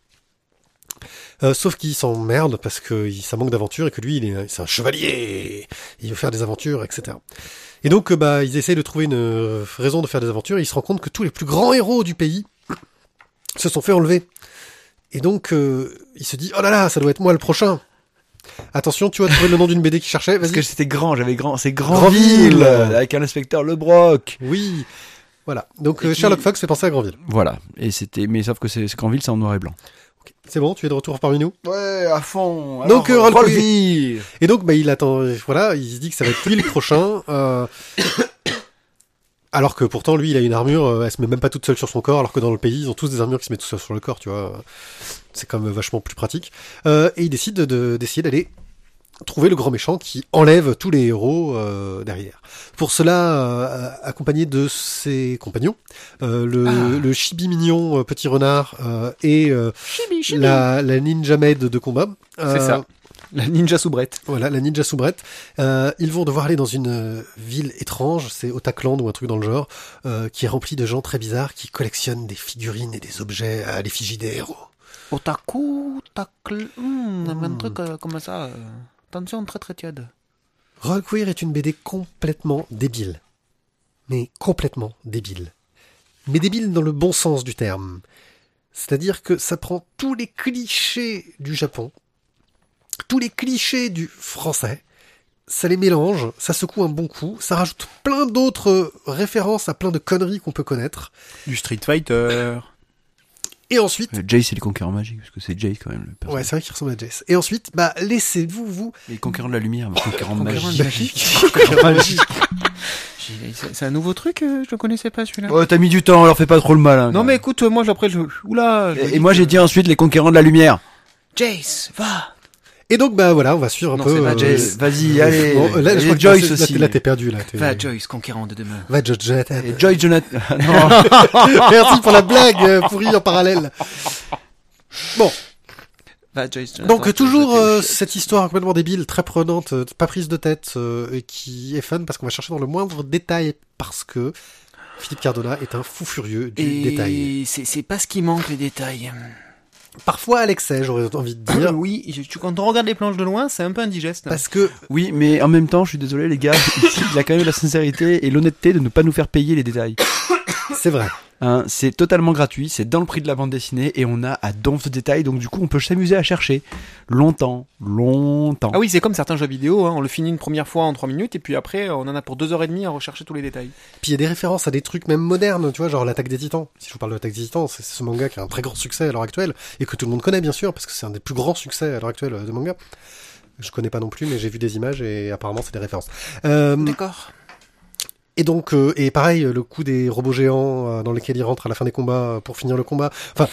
Euh, sauf qu'il s'emmerde parce que il- ça manque d'aventure et que lui, il est, c'est un chevalier, il veut faire des aventures, et cetera. Et donc, euh, bah, ils essayent de trouver une euh, raison de faire des aventures et ils se rendent compte que tous les plus grands héros du pays se sont fait enlever. Et donc, euh, il se dit, oh là là, ça doit être moi le prochain. Attention, tu as trouvé le nom d'une B D qui cherchait, Parce vas-y. que c'était grand, j'avais grand, c'est Granville. Grandville, avec un inspecteur Le Broc. Oui. Voilà. Donc, Et euh, qui- Sherlock Fox fait penser à Granville. Voilà. Et c'était, mais sauf que c'est, c'est Grandville, c'est en noir et blanc. Ok. C'est bon, tu es de retour parmi nous. Ouais, à fond. Donc, euh, Roll Queer. Et donc, bah, il attend, euh, voilà, il se dit que ça va être lui le prochain, euh, alors que pourtant, lui, il a une armure, euh, elle se met même pas toute seule sur son corps, alors que dans le pays, ils ont tous des armures qui se mettent tout seuls sur le corps, tu vois. C'est quand même vachement plus pratique. Euh, et il décide de, de- d'essayer d'aller trouver le grand méchant qui enlève tous les héros euh, derrière. Pour cela, euh, accompagné de ses compagnons, euh, le, Ah. le chibi mignon euh, petit renard euh, et euh, Chibi, chibi. la, la ninja maid de combat. C'est Euh, ça. La ninja soubrette. Voilà, la ninja soubrette. Euh, ils vont devoir aller dans une euh, ville étrange, c'est Otakland ou un truc dans le genre, euh, qui est rempli de gens très bizarres qui collectionnent des figurines et des objets à l'effigie des héros. Otaku, tacle, hmm, un truc euh, comme ça. euh, Attention, très très tiède. Roll Queer est une B D complètement débile. Mais complètement débile. Mais débile dans le bon sens du terme. C'est-à-dire que ça prend tous les clichés du Japon, tous les clichés du français, ça les mélange, ça secoue un bon coup, ça rajoute plein d'autres références à plein de conneries qu'on peut connaître. Du Street Fighter. Et ensuite, Euh, Jace, c'est le conquérant magique, parce que c'est Jace quand même le personnage. ouais, c'est vrai qu'il ressemble à Jace. Et ensuite, bah, laissez-vous, vous, Les conquérants de la lumière, mais conquérant Conquérant magique. magique. J'ai- C'est c'est un nouveau truc, euh, je le connaissais pas celui-là. Oh, t'as mis du temps, alors fais pas trop le malin. Non mais écoute, euh, moi après je... Oula je me Et, dis et moi que- j'ai dit ensuite les conquérants de la lumière. Jace, va. Et donc, bah voilà, on va suivre un Non, peu. c'est pas Jace. Vas-y, allez. Bon, là, je Allez, crois que Joyce là, aussi. Là, t'es perdu, là. T'es... Va Joyce, conquérant de demain. Va, Joyce, Jonathan. Et Joy Jonathan. non. Merci pour la blague euh, pourrie en parallèle. Bon, Va Joyce. Jonathan, donc tu toujours vas jeter euh, le chien. cette histoire complètement débile, très prenante, euh, pas prise de tête, euh, et qui est fun parce qu'on va chercher dans le moindre détail, parce que Philippe Cardona est un fou furieux du Et détail. c'est c'est pas ce qui manque les détails. Parfois à l'excès, j'aurais envie de dire, Oui, je- tu, quand on regarde les planches de loin, c'est un peu indigeste. parce que Oui, mais en même temps, je suis désolé les gars, ici, il a quand même la sincérité et l'honnêteté de ne pas nous faire payer les détails. c'est vrai. Hein, c'est totalement gratuit, c'est dans le prix de la bande dessinée et on a à donf de détails, donc du coup on peut s'amuser à chercher longtemps, longtemps. Ah oui, c'est comme certains jeux vidéo, hein, on le finit une première fois en trois minutes et puis après on en a pour deux heures et demie à rechercher tous les détails. Puis il y a des références à des trucs même modernes, tu vois, genre l'Attaque des Titans. Si je vous parle de l'Attaque des Titans, c'est ce manga qui a un très grand succès à l'heure actuelle, et que tout le monde connaît bien sûr, parce que c'est un des plus grands succès à l'heure actuelle euh, de manga. Je connais pas non plus, mais j'ai vu des images et apparemment c'est des références. Euh, D'accord. et donc, euh, et pareil, le coup des robots géants euh, dans lesquels ils rentrent à la fin des combats euh, pour finir le combat. Enfin,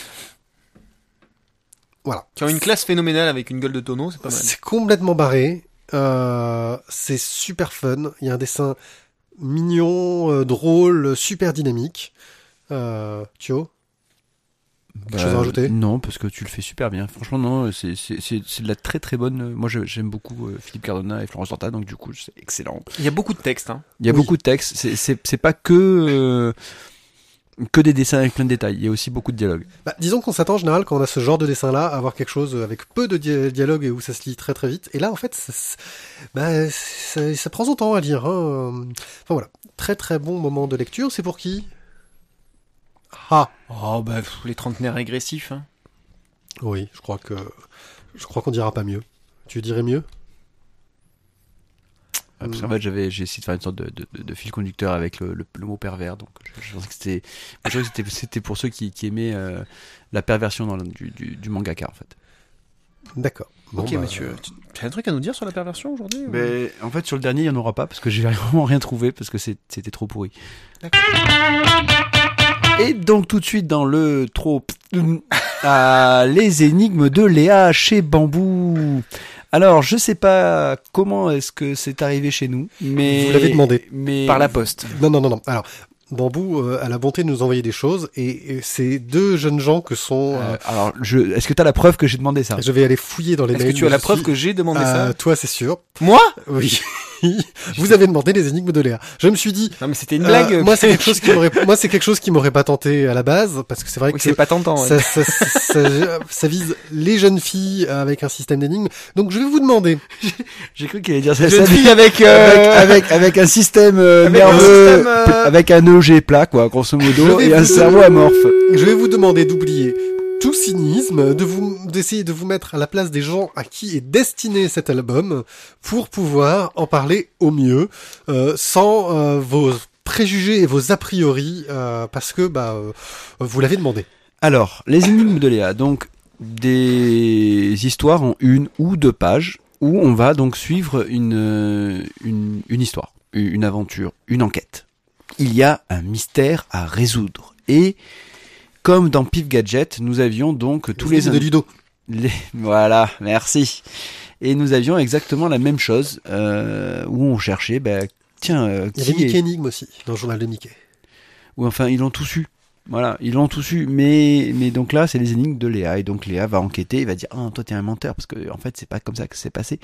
voilà. Qui ont une classe phénoménale avec une gueule de tonneau, c'est pas mal. C'est complètement barré. Euh, c'est super fun. Il y a un dessin mignon, euh, drôle, super dynamique. Euh, Thio, quelque Bah, chose à rajouter? Non, parce que tu le fais super bien. Franchement, non, c'est, c'est, c'est, c'est de la très très bonne. Moi, je- j'aime beaucoup euh, Philippe Cardona et Florence Dorta, donc du coup, c'est excellent. Il y a beaucoup de textes. Hein. Il y a Oui. beaucoup de textes. C'est, c'est, c'est pas que euh, que des dessins avec plein de détails. Il y a aussi beaucoup de dialogues. Bah, disons qu'on s'attend en général quand on a ce genre de dessin-là à avoir quelque chose avec peu de dia- dialogue et où ça se lit très très vite. Et là, en fait, ça, s- bah, ça, ça prend son temps à lire. Hein. Enfin voilà, très très bon moment de lecture. C'est pour qui? Ah, Oh, bah, pff, les trentenaires régressifs. Hein. oui, je crois que je crois qu'on dira pas mieux. Tu dirais mieux? Euh, Parce qu'en fait, j'avais, j'ai essayé de faire une sorte de, de, de- de fil conducteur avec le, le, le mot pervers. Donc, je, je pensais que c'était, je pensais que c'était, c'était pour ceux qui, qui aimaient euh, la perversion dans le- du, du, du mangaka, en fait. D'accord. Bon, ok, bah, monsieur, tu tu as un truc à nous dire sur la perversion aujourd'hui ou- Mais en fait, sur le dernier, il n'y en aura pas parce que j'ai vraiment rien trouvé parce que c'est- c'était trop pourri. D'accord. Et donc, tout de suite, dans le trop. Ah, les énigmes de Léa chez Bambou. Alors, je sais pas comment est-ce que c'est arrivé chez nous, mais. Vous l'avez demandé. Mais. Par la poste. Non, non, non, non. Alors, Bambou euh, a la bonté de nous envoyer des choses et, et ces deux jeunes gens que sont... Euh, euh, alors, je, est-ce que t'as la preuve que j'ai demandé ça? je vais aller fouiller dans les Est-ce mails. que tu as mais la je preuve suis- que j'ai demandé Euh, ça Toi, c'est sûr. Moi Oui. Vous avez demandé les énigmes de Léa. Je me suis dit... Non, mais c'était une euh, blague. moi, c'est quelque chose qui m'aurait, moi, c'est quelque chose qui m'aurait pas tenté à la base parce que c'est vrai Oui, que c'est pas tentant. ouais. ça, ça, ça, ça- ça vise les jeunes filles avec un système d'énigmes. Donc, je vais vous demander. J'ai cru qu'il allait dire ça. Jeune ça fille avec, avec, euh, avec, avec un système euh, avec un nerveux, système, euh, avec un O G plat, quoi, grosso Je modo, vais et un vous- cerveau amorphe. Je vais vous demander d'oublier tout cynisme, de vous, d'essayer de vous mettre à la place des gens à qui est destiné cet album pour pouvoir en parler au mieux, euh, sans euh, vos préjugés et vos a priori, euh, parce que bah euh, vous l'avez demandé. Alors, les énigmes de Léa, donc des histoires en une ou deux pages où on va donc suivre une, euh, une, une histoire, une aventure, une enquête. Il y a un mystère à résoudre. Et comme dans Pif Gadget, nous avions donc tous les... énigmes de Ludo. les... Voilà, merci. Et nous avions exactement la même chose euh, où on cherchait, ben, tiens, euh, Il y avait qui Mickey est... Énigme aussi dans le journal de Mickey. Ou enfin, ils l'ont tous eu. Voilà, ils l'ont tous eu. Mais, mais donc là, c'est les énigmes de Léa. Et donc Léa va enquêter, il va dire, ah, toi, t'es un menteur, parce que en fait, c'est pas comme ça que c'est passé.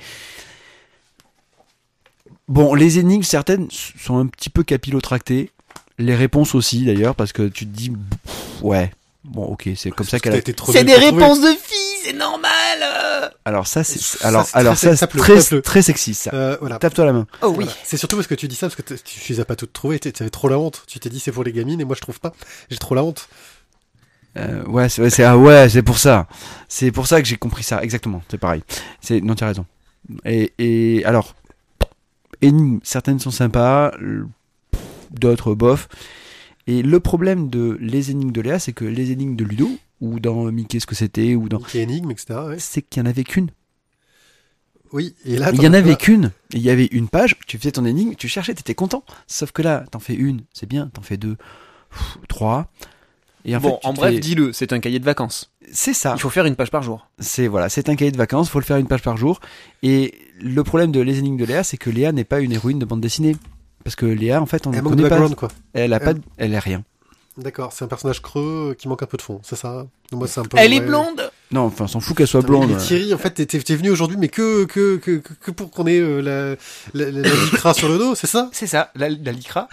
Bon, les énigmes, certaines sont un petit peu capillotractées. Les réponses aussi, d'ailleurs, parce que tu te dis, pff, ouais, bon, ok, c'est comme ça qu'elle T'as a... été trop C'est belle des pour trouver. réponses de filles, c'est normal. euh. Alors ça, c'est, Ça, alors, c'est alors très- ça, c'est tape-le, très, tape-le. très sexy, ça. Euh, voilà. Tape-toi la main. Oh oui. Voilà. C'est surtout parce que tu dis ça parce que t- tu les as pas toutes trouvées. Tu avais trop la honte. Tu t'es dit c'est pour les gamines et moi je trouve pas. J'ai trop la honte. Euh, ouais, c'est, ouais, c'est, ah ouais, c'est pour ça. C'est pour ça que j'ai compris ça, exactement. C'est pareil. C'est, non, tu as raison. Et, et alors, énigmes, certaines sont sympas, euh, d'autres bof. Et le problème de les énigmes de Léa, c'est que les énigmes de Ludo, ou dans Mickey ce que c'était, ou dans, Mickey Énigme, et cetera. Ouais. c'est qu'il y en avait qu'une. Oui. Et là, Il t'en y en as- avait qu'une. Et il y avait une page, tu faisais ton énigme, tu cherchais, t'étais content. Sauf que là, t'en fais une, c'est bien, t'en fais deux, pff, trois. Et en Bon, fait, tu en te bref, fais- dis-le, c'est un cahier de vacances. c'est ça. Il faut faire une page par jour. C'est voilà, c'est un cahier de vacances, faut le faire une page par jour. Et le problème de les énigmes de Léa, c'est que Léa n'est pas une héroïne de bande dessinée, parce que Léa, en fait, on ne Elle manque de connaît pas. background quoi. Elle a pas, Elle- de- elle est rien. D'accord. C'est un personnage creux euh, qui manque un peu de fond. C'est ça. Moi c'est un peu. Elle est ouais. blonde. Non, enfin, on s'en fout qu'elle soit Putain, mais- blonde. mais Thierry, en fait, t'es, t'es- t'es venu aujourd'hui, mais que que que que, que pour qu'on ait euh, la la, la, la lycra sur le dos, c'est ça? C'est ça, la, la lycra.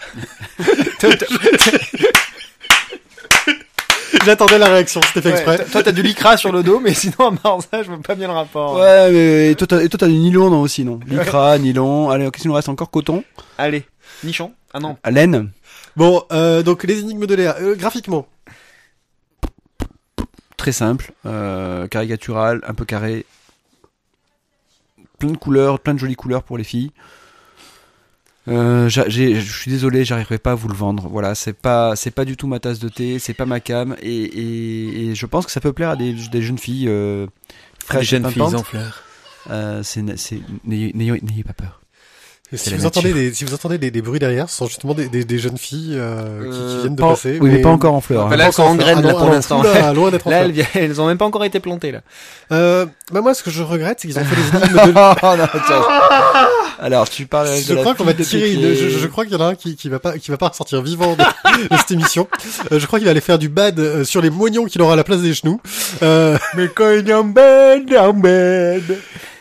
J'attendais la réaction. C'était fait Ouais, exprès. toi, toi, t'as du lycra sur le dos, mais sinon, à part ça, je vois pas bien le rapport. Ouais, mais et toi, t'as, et toi, t'as du nylon non aussi, non? Lycra, nylon. Allez, qu'est-ce qu'il nous reste encore? Coton, Allez, nichon. Ah non. laine. Bon, euh, donc les énigmes de Léa, euh, graphiquement. Très simple, euh, caricatural, un peu carré. Plein de couleurs, plein de jolies couleurs pour les filles. Euh, j'a- j'ai- je suis désolé, j'arriverai pas à vous le vendre. Voilà, c'est pas, c'est pas du tout ma tasse de thé, c'est pas ma cam, et, et, et je pense que ça peut plaire à des, des jeunes filles euh, Les fraîches, jeunes et filles pimpantes. en fleurs. Euh, c'est, c'est, n'ayez, n'ayez, n'ayez pas peur. Si la vous, nature. entendez des, si vous entendez des, des bruits derrière, ce sont justement des, des, des jeunes filles euh, qui, qui Euh, viennent de Pas- passer. oui, mais pas encore en fleurs. Bah hein. là, elles sont en graines, Ah là, non, pour ah non, l'instant. oula, loin d'être en Là, fleurs. elles, vi- elles ont même pas encore été plantées, là. Euh, bah moi, ce que je regrette, c'est qu'ils ont fait les énigmes de... Oh, non, tiens. Alors, tu parles de Je la crois qu'on va pile de tirer une, pieds. je, je crois qu'il y en a un qui, qui va pas, qui va pas ressortir vivant de, de cette émission. Euh, je crois qu'il va aller faire du bad euh, sur les moignons qu'il aura à la place des genoux. Euh, Mais quand il est en bed, en bed.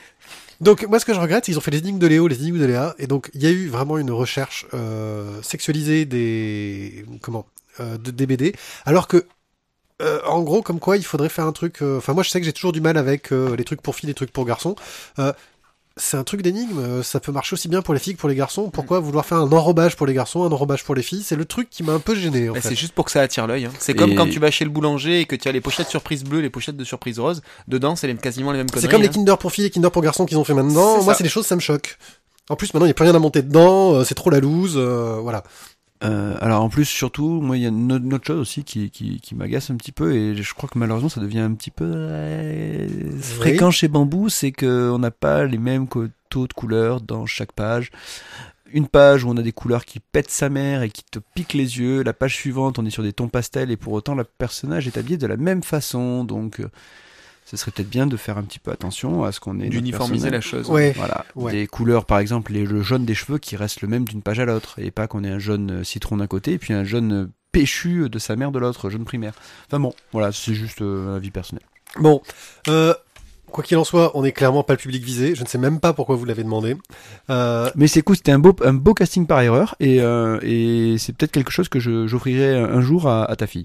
donc, moi, ce que je regrette, c'est qu'ils ont fait les énigmes de Léo, les énigmes de Léa, et donc, il y a eu vraiment une recherche, euh, sexualisée des, comment, euh, de, des B D, alors que, Euh, en gros, comme quoi, il faudrait faire un truc. euh, Enfin, moi, je sais que j'ai toujours du mal avec euh, les trucs pour filles, les trucs pour garçons. Euh, c'est un truc d'énigme. euh, Ça peut marcher aussi bien pour les filles que pour les garçons. Pourquoi vouloir faire un enrobage pour les garçons, un enrobage pour les filles? C'est le truc qui m'a un peu gêné. En Bah, fait. c'est juste pour que ça attire l'œil. Hein. C'est comme Et- quand tu vas chez le boulanger et que tu as les pochettes surprises bleues, les pochettes de surprise rose. Dedans, c'est les- quasiment les mêmes conneries. C'est comme les hein. Kinder pour filles et Kinder pour garçons qu'ils ont fait maintenant. C'est Moi, ça. c'est des choses, ça me choque. En plus, maintenant, il n'y a plus rien à monter dedans. euh, c'est trop la loose. euh, voilà. Euh, alors en plus, surtout, moi, il y a une autre, une autre chose aussi qui, qui, qui m'agace un petit peu, et je crois que malheureusement, ça devient un petit peu euh, fréquent chez Bambou, c'est qu'on n'a pas les mêmes co- taux de couleurs dans chaque page. Une page où on a des couleurs qui pètent sa mère et qui te piquent les yeux. La page suivante, on est sur des tons pastels, et pour autant, le personnage est habillé de la même façon. Donc, euh, ce serait peut-être bien de faire un petit peu attention à ce qu'on est. notre D'uniformiser personnage. la chose. Ouais. Voilà, Ouais. des couleurs par exemple, les, le jaune des cheveux qui reste le même d'une page à l'autre, et pas qu'on ait un jaune euh, citron d'un côté et puis un jaune euh, péchu de sa mère de l'autre, jaune primaire. Enfin bon, voilà, c'est juste euh, un avis personnel. Bon. Euh, quoi qu'il en soit, on n'est clairement pas le public visé. Je ne sais même pas pourquoi vous l'avez demandé. Euh, Mais c'est cool, c'était un beau, un beau casting par erreur, et, euh, et c'est peut-être quelque chose que je, j'offrirai un jour à, à ta fille.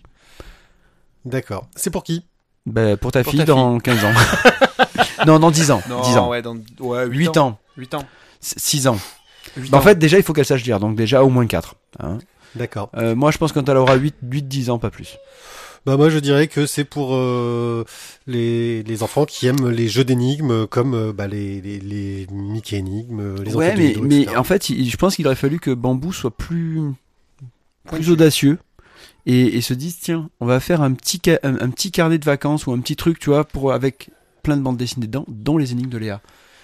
D'accord. C'est pour qui? Ben, pour ta Pour fille ta dans quinze ans. non, dans dix ans. Non, dix ans. ouais, dans ouais, huit ans. huit ans. six ans. huit Ben, en ans. fait, déjà, il faut qu'elle sache lire, donc déjà au moins quatre. Hein. D'accord. Euh, moi, je pense que quand elle aura huit dix ans, pas plus. Bah moi je dirais que c'est pour euh, les, les enfants qui aiment les jeux d'énigmes comme euh, bah, les, les, les Mickey énigmes, les Ouais, enquêtes de mais, Ludo, mais et cetera. en fait, il- je pense qu'il aurait fallu que Bambou soit plus, plus audacieux et, et se dise tiens, on va faire un petit, ca- un, un petit carnet de vacances ou un petit truc, tu vois, pour, avec plein de bandes dessinées dedans, dont les énigmes de Léa.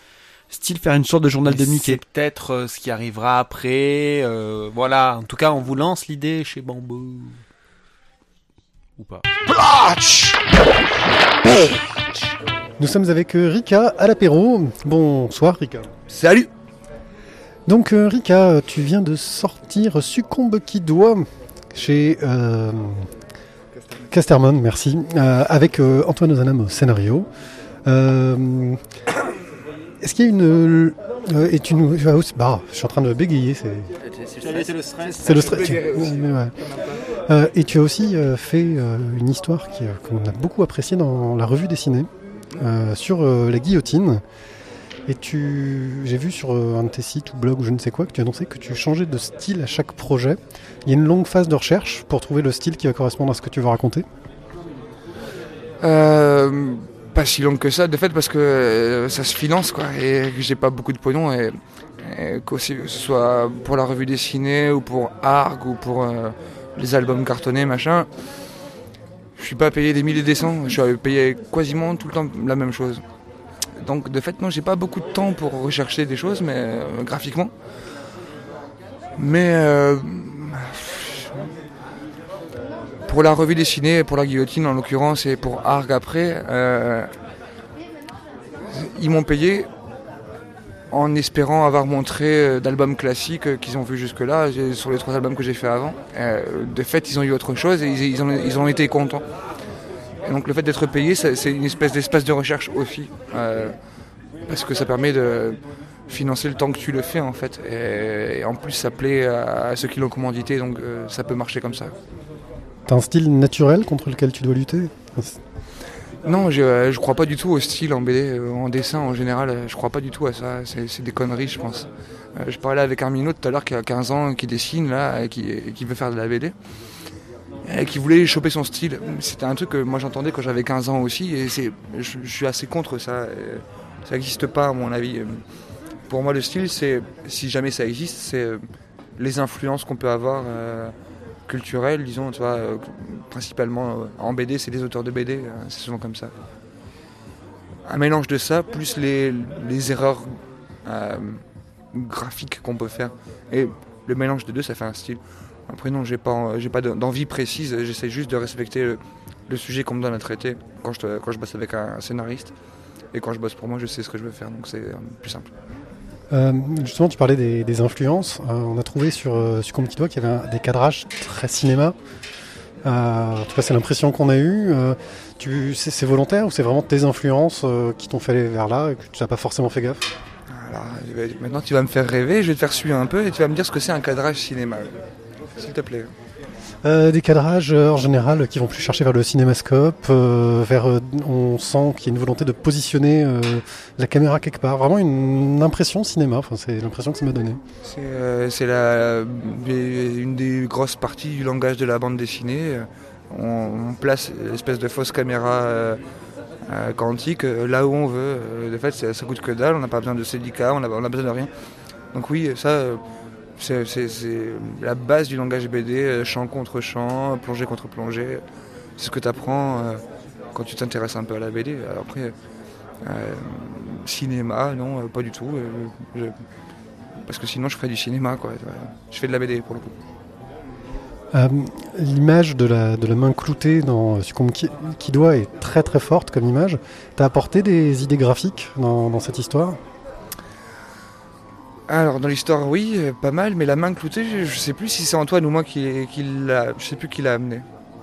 Style faire une sorte de journal Mais de Mickey. C'est peut-être euh, ce qui arrivera après. euh, voilà. En tout cas, on vous lance l'idée chez Bamboo. Ou pas. Nous sommes avec euh, Rika à l'apéro. Bonsoir Rika. Salut. Donc euh, Rika, tu viens de sortir Succombe qui doit chez euh, Casterman, merci, euh, avec euh, Antoine Ozanam au scénario. Euh, Est-ce qu'il y a une... Euh, et tu nous... ah, aussi- bah, je suis en train de bégayer, c'est... C'est le stress. C'est le stress. Ouais, ouais. Euh, et tu as aussi euh, fait euh, une histoire qui, euh, qu'on a beaucoup appréciée dans la revue dessinée euh, sur euh, la guillotine. Et tu, j'ai vu sur euh, un de tes sites ou blog ou je ne sais quoi que tu annonçais que tu changeais de style à chaque projet. Il y a une longue phase de recherche pour trouver le style qui va correspondre à ce que tu veux raconter. Euh, pas si longue que ça, de fait, parce que euh, ça se finance, quoi, et que j'ai pas beaucoup de pognon, et, et qu'aussi, que ce soit pour la revue dessinée, ou pour Arg, ou pour euh, les albums cartonnés, machin, je suis pas payé des milliers des cents, je suis payé quasiment tout le temps la même chose. Donc, de fait, non, j'ai pas beaucoup de temps pour rechercher des choses, mais euh, graphiquement. Mais euh, pour la revue dessinée, pour la guillotine en l'occurrence, et pour Arg après, euh, ils m'ont payé en espérant avoir montré euh, d'albums classiques euh, qu'ils ont vus jusque-là, j'ai- sur les trois albums que j'ai fait avant. Euh, de fait, ils ont eu autre chose et ils, ils, ont, ils ont été contents. Et donc le fait d'être payé, ça- c'est une espèce d'espace de recherche aussi, euh, parce que ça permet de financer le temps que tu le fais en fait. Et, et en plus, ça plaît à, à ceux qui l'ont commandité, donc euh, ça peut marcher comme ça. T'as un style naturel contre lequel tu dois lutter ? Non, je, euh, je crois pas du tout au style en B D, euh, en dessin en général, euh, je crois pas du tout à ça, c'est, c'est des conneries je pense. Euh, je parlais avec Armino tout à l'heure qui a quinze ans, qui dessine là, et qui, et qui veut faire de la B D, et qui voulait choper son style. C'était un truc que moi j'entendais quand j'avais quinze ans aussi, et c'est, je, je suis assez contre ça, et ça n'existe pas à mon avis. Pour moi le style, c'est, si jamais ça existe, c'est euh, les influences qu'on peut avoir euh, culturelles, disons, tu vois, euh, principalement euh, en B D, c'est des auteurs de B D, euh, c'est souvent comme ça. Un mélange de ça, plus les, les erreurs euh, graphique qu'on peut faire. Et le mélange des deux, ça fait un style. Après non, j'ai pas, j'ai pas d'envie précise, j'essaie juste de respecter le, le sujet qu'on me donne à traiter quand je, quand je bosse avec un scénariste. Et quand je bosse pour moi, je sais ce que je veux faire, donc c'est euh, plus simple. Euh, justement, tu parlais des, des influences. Euh, on a trouvé sur euh, Succombe qui doit qu'il y avait un, des cadrages très cinéma. Euh, en tout cas, c'est l'impression qu'on a eue. Euh, tu, c'est, c'est volontaire ou c'est vraiment tes influences euh, qui t'ont fait aller vers là et que tu n'as pas forcément fait gaffe? Alors, maintenant, tu vas me faire rêver, je vais te faire suivre un peu et tu vas me dire ce que c'est un cadrage cinéma. S'il te plaît. Euh, des cadrages euh, en général qui vont plus chercher vers le cinémascope, euh, vers euh, on sent qu'il y a une volonté de positionner euh, la caméra quelque part, vraiment une impression cinéma, enfin c'est l'impression que ça m'a donné. C'est, euh, c'est la, une des grosses parties du langage de la bande dessinée. On, on place l'espèce de fausse caméra euh, euh, quantique euh, là où on veut. De fait, ça, ça coûte que dalle, on n'a pas besoin de syndicat, on n'a on a besoin de rien. Donc oui, ça... Euh, C'est, c'est, c'est la base du langage B D, champ contre champ, plongée contre plongée. C'est ce que tu apprends euh, quand tu t'intéresses un peu à la B D. Alors après, euh, cinéma, non, pas du tout. Euh, je, parce que sinon, je ferais du cinéma, quoi. Je fais de la B D pour le coup. Euh, l'image de la, de la main cloutée dans Succombe qui, qui doit est très très forte comme image. T'as apporté des idées graphiques dans, dans cette histoire ? Alors dans l'histoire oui, pas mal, mais la main cloutée, je, je sais plus si c'est Antoine ou moi qui, qui l'a, je sais plus qui l'a amené.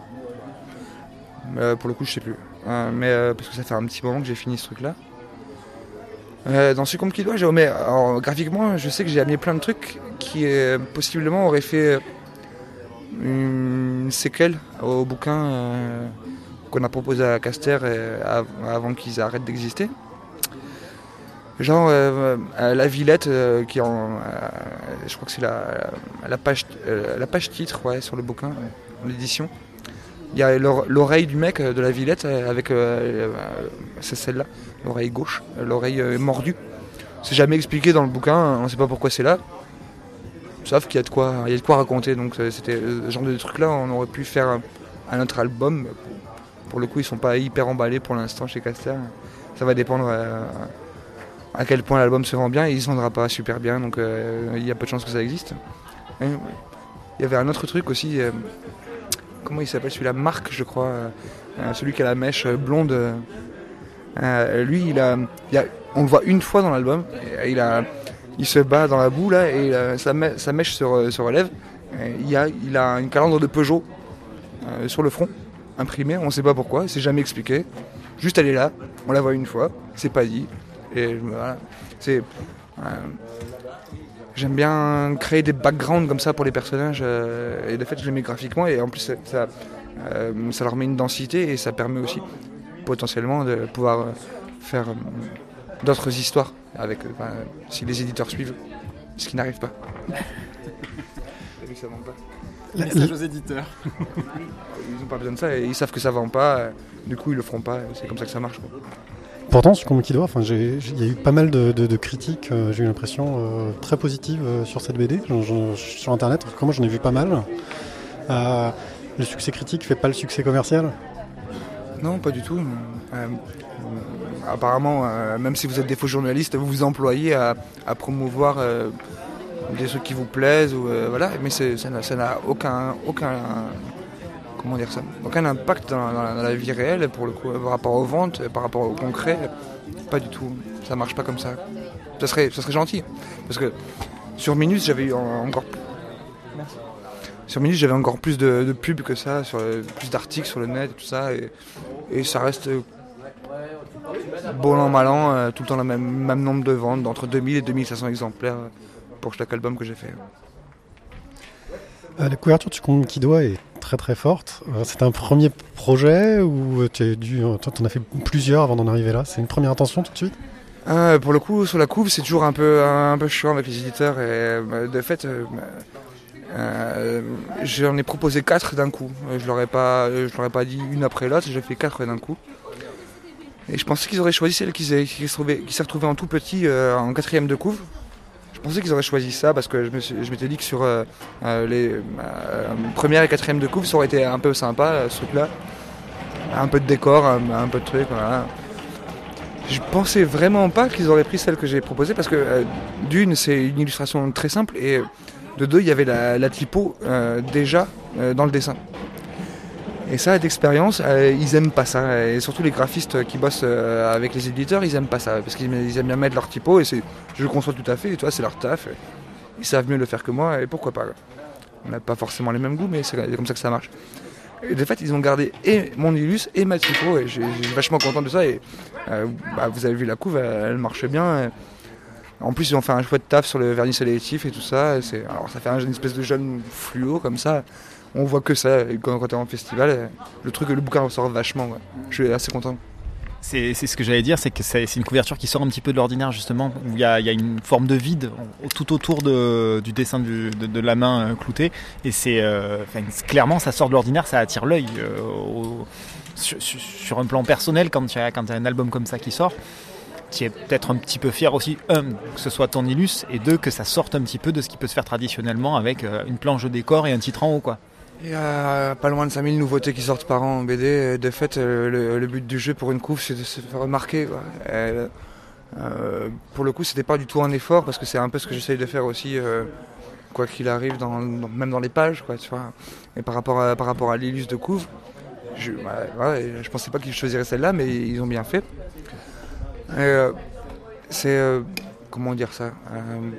Euh, pour le coup je sais plus, euh, mais euh, parce que ça fait un petit moment que j'ai fini ce truc-là. Euh, dans Succombe qui doit, j'ai mais alors, graphiquement, je sais que j'ai amené plein de trucs qui euh, possiblement auraient fait une séquelle au bouquin euh, qu'on a proposé à Caster euh, avant qu'ils arrêtent d'exister. Genre euh, euh, la Villette euh, qui est en, euh, je crois que c'est la, la page euh, la page titre ouais sur le bouquin, euh, l'édition. Il y a l'oreille du mec euh, de la Villette euh, avec euh, euh, c'est celle-là, l'oreille gauche, euh, l'oreille euh, mordue. C'est jamais expliqué dans le bouquin, on ne sait pas pourquoi c'est là. Sauf qu'il y a de quoi, il y a de quoi raconter. Donc c'était ce genre de trucs-là, on aurait pu faire un, un autre album. Pour le coup, ils sont pas hyper emballés pour l'instant chez Caster. Ça va dépendre. Euh, à quel point l'album se vend bien et il ne se vendra pas super bien, donc euh, il y a peu de chances que ça existe. Et, il y avait un autre truc aussi, euh, comment il s'appelle celui-là, Marc je crois, euh, celui qui a la mèche blonde, euh, lui il a, il a, on le voit une fois dans l'album, il, a, il se bat dans la boue là et euh, sa, mè- sa mèche se, se relève, et il, a, il a une calandre de Peugeot euh, sur le front, imprimée, on ne sait pas pourquoi, c'est jamais expliqué, juste elle est là, on la voit une fois, c'est pas dit. Et voilà, c'est, euh, j'aime bien créer des backgrounds comme ça pour les personnages euh, et de fait je les mets graphiquement et en plus ça, ça, euh, ça leur met une densité et ça permet aussi potentiellement de pouvoir faire euh, d'autres histoires avec, euh, si les éditeurs suivent, ce qui n'arrive pas. Et ça vend pas. Message aux éditeurs. Ils n'ont pas besoin de ça et ils savent que ça vend pas, du coup ils le feront pas, c'est comme ça que ça marche, quoi. Pourtant, Succombe qui doit, enfin, j'ai, j'ai, il y a eu pas mal de, de, de critiques, euh, j'ai eu l'impression euh, très positives euh, sur cette B D, je, je, sur internet, en tout cas moi j'en ai vu pas mal. Euh, le succès critique fait pas le succès commercial ? Non, pas du tout. Euh, apparemment, euh, même si vous êtes des faux journalistes, vous vous employez à, à promouvoir euh, des trucs qui vous plaisent, ou, euh, voilà, mais c'est, ça, n'a, ça n'a aucun, aucun, comment dire ça, aucun impact dans, dans, la, dans la vie réelle, pour le coup, par rapport aux ventes, par rapport au concret, pas du tout. Ça marche pas comme ça. Ça serait, ça serait gentil, parce que sur Minus, j'avais eu encore plus. Merci. Sur Minus, j'avais encore plus de, de pubs que ça, sur, plus d'articles sur le net et tout ça, et, et ça reste bon an, mal an, euh, tout le temps le même, même nombre de ventes, d'entre deux mille et deux mille cinq cents exemplaires pour chaque album que j'ai fait. Euh, la couverture de Succombe qui doit est très très forte. Euh, c'est un premier projet ou tu as dû, toi, t'en as fait plusieurs avant d'en arriver là ? C'est une première intention tout de suite ? euh, Pour le coup, sur la couve, c'est toujours un peu, un, un peu chiant avec les éditeurs. Et, euh, de fait, euh, euh, j'en ai proposé quatre d'un coup. Je leur ai pas, je leur ai pas dit une après l'autre, j'ai fait quatre d'un coup. Et je pensais qu'ils auraient choisi celle qui s'est, qui s'est retrouvée, qui s'est retrouvée en tout petit, euh, en quatrième de couve. Je pensais qu'ils auraient choisi ça parce que je, me suis, je m'étais dit que sur euh, les euh, première et quatrième de couve, ça aurait été un peu sympa, ce truc-là. Un peu de décor, un, un peu de truc, voilà. Je pensais vraiment pas qu'ils auraient pris celle que j'ai proposée parce que euh, d'une, c'est une illustration très simple et de deux, il y avait la, la typo euh, déjà euh, dans le dessin. Et ça, d'expérience, euh, ils aiment pas ça. Et surtout les graphistes qui bossent euh, avec les éditeurs, ils aiment pas ça parce qu'ils ils aiment bien mettre leur typo et c'est, je le conçois tout à fait. Et toi, c'est leur taf. Ils savent mieux le faire que moi et pourquoi pas. On n'a pas forcément les mêmes goûts, mais c'est comme ça que ça marche. Et de fait, ils ont gardé et mon illus et ma typo et je suis vachement content de ça. Et euh, bah, vous avez vu la couve, elle, elle marche bien. Et en plus, ils ont fait un chouette taf sur le vernis sélectif et tout ça. Et c'est, alors, ça fait une espèce de jaune fluo comme ça. On voit que ça et quand, quand t'es en festival. Le truc, le bouquin ressort vachement. Ouais. Je suis assez content. C'est, c'est ce que j'allais dire, c'est que c'est, c'est une couverture qui sort un petit peu de l'ordinaire justement, où il y a, il y a une forme de vide tout autour de, du dessin du, de, de la main euh, cloutée, et c'est, euh, enfin, clairement ça sort de l'ordinaire, ça attire l'œil euh, au, sur, sur un plan personnel quand tu as quand tu as un album comme ça qui sort. Tu es peut-être un petit peu fier aussi, un, que ce soit ton illus, et deux, que ça sorte un petit peu de ce qui peut se faire traditionnellement avec euh, une planche de décor et un titre en haut, quoi. Il y a pas loin de cinq mille nouveautés qui sortent par an en B D. De fait, le, le but du jeu pour une couve, c'est de se faire remarquer. Quoi. Et, euh, pour le coup, c'était pas du tout un effort parce que c'est un peu ce que j'essaye de faire aussi, euh, quoi qu'il arrive, dans, dans, même dans les pages. Quoi, tu vois. Et par rapport à, par rapport à l'illus de couve, je, ouais, ouais, je pensais pas qu'ils choisiraient celle-là, mais ils ont bien fait. Et, euh, c'est euh, comment dire ça. Euh,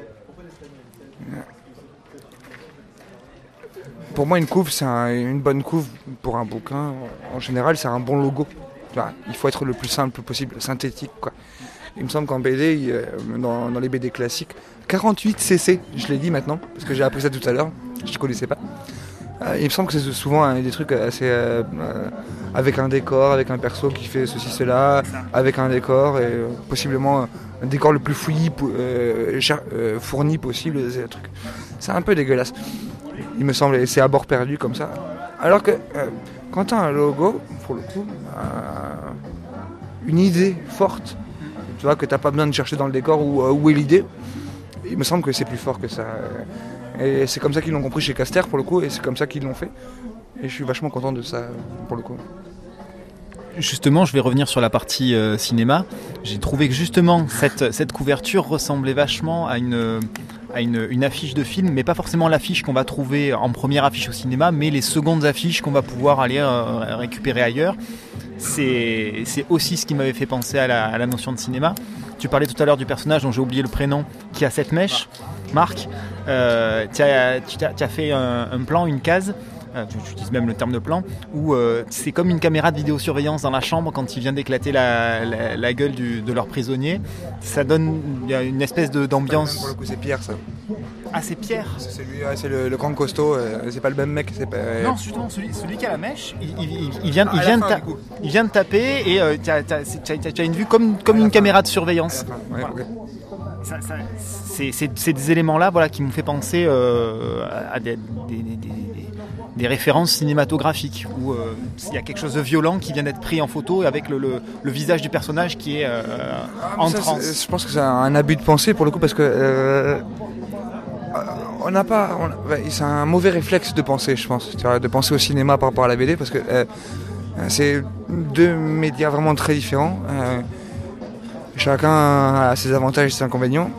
Pour moi, une couve, c'est un, une bonne couve pour un bouquin. En général, c'est un bon logo. Enfin, il faut être le plus simple possible, synthétique, quoi. Il me semble qu'en B D, il, dans, dans les B D classiques, quarante-huit C-C, je l'ai dit maintenant, parce que j'ai appris ça tout à l'heure, je ne connaissais pas. Euh, il me semble que c'est souvent hein, des trucs assez... Euh, euh, avec un décor, avec un perso qui fait ceci, cela, avec un décor, et euh, possiblement un décor le plus fouillis, euh, cher, euh, fourni possible. C'est, un truc. C'est un peu dégueulasse. Il me semble, et c'est à bord perdu comme ça. Alors que euh, quand tu as un logo, pour le coup, euh, une idée forte, tu vois, que tu n'as pas besoin de chercher dans le décor où, euh, où est l'idée, il me semble que c'est plus fort que ça. Et c'est comme ça qu'ils l'ont compris chez Caster, pour le coup, et c'est comme ça qu'ils l'ont fait. Et je suis vachement content de ça, pour le coup. Justement, je vais revenir sur la partie euh, cinéma. J'ai trouvé que justement, cette, cette couverture ressemblait vachement à une... à une, une affiche de film, mais pas forcément l'affiche qu'on va trouver en première affiche au cinéma, mais les secondes affiches qu'on va pouvoir aller euh, récupérer ailleurs. C'est, c'est aussi ce qui m'avait fait penser à la, à la notion de cinéma. Tu parlais tout à l'heure du personnage dont j'ai oublié le prénom, qui a cette mèche, Marc. Euh, tu as, tu as, tu as fait un, un plan, une case, euh, j'utilise même le terme de plan, où euh, c'est comme une caméra de vidéosurveillance dans la chambre quand il vient d'éclater la, la, la gueule du, de leur prisonnier. Ça donne il y a une espèce de, d'ambiance. Pour le coup, c'est Pierre, ça. Ah, c'est Pierre. C'est, c'est lui, ouais, c'est le, le grand costaud. Euh, c'est pas le même mec. C'est pas, euh... Non, justement, celui, celui qui a la mèche, il, il, il, vient, il, vient fin, de ta, il vient de taper et euh, tu as une vue comme, comme une caméra de surveillance. Fin, ouais, voilà. okay. Ça, ça, c'est, c'est, c'est des éléments-là, voilà, qui m'ont fait penser euh, à des, des, des, des, des références cinématographiques où euh, il y a quelque chose de violent qui vient d'être pris en photo avec le, le, le visage du personnage qui est euh, ah, en ça, transe. Je pense que c'est un abus de pensée pour le coup parce que euh, on n'a pas, on, ouais, c'est un mauvais réflexe de penser, je pense, tu vois, de penser au cinéma par rapport à la B D parce que euh, c'est deux médias vraiment très différents. Euh, chacun a ses avantages et ses inconvénients.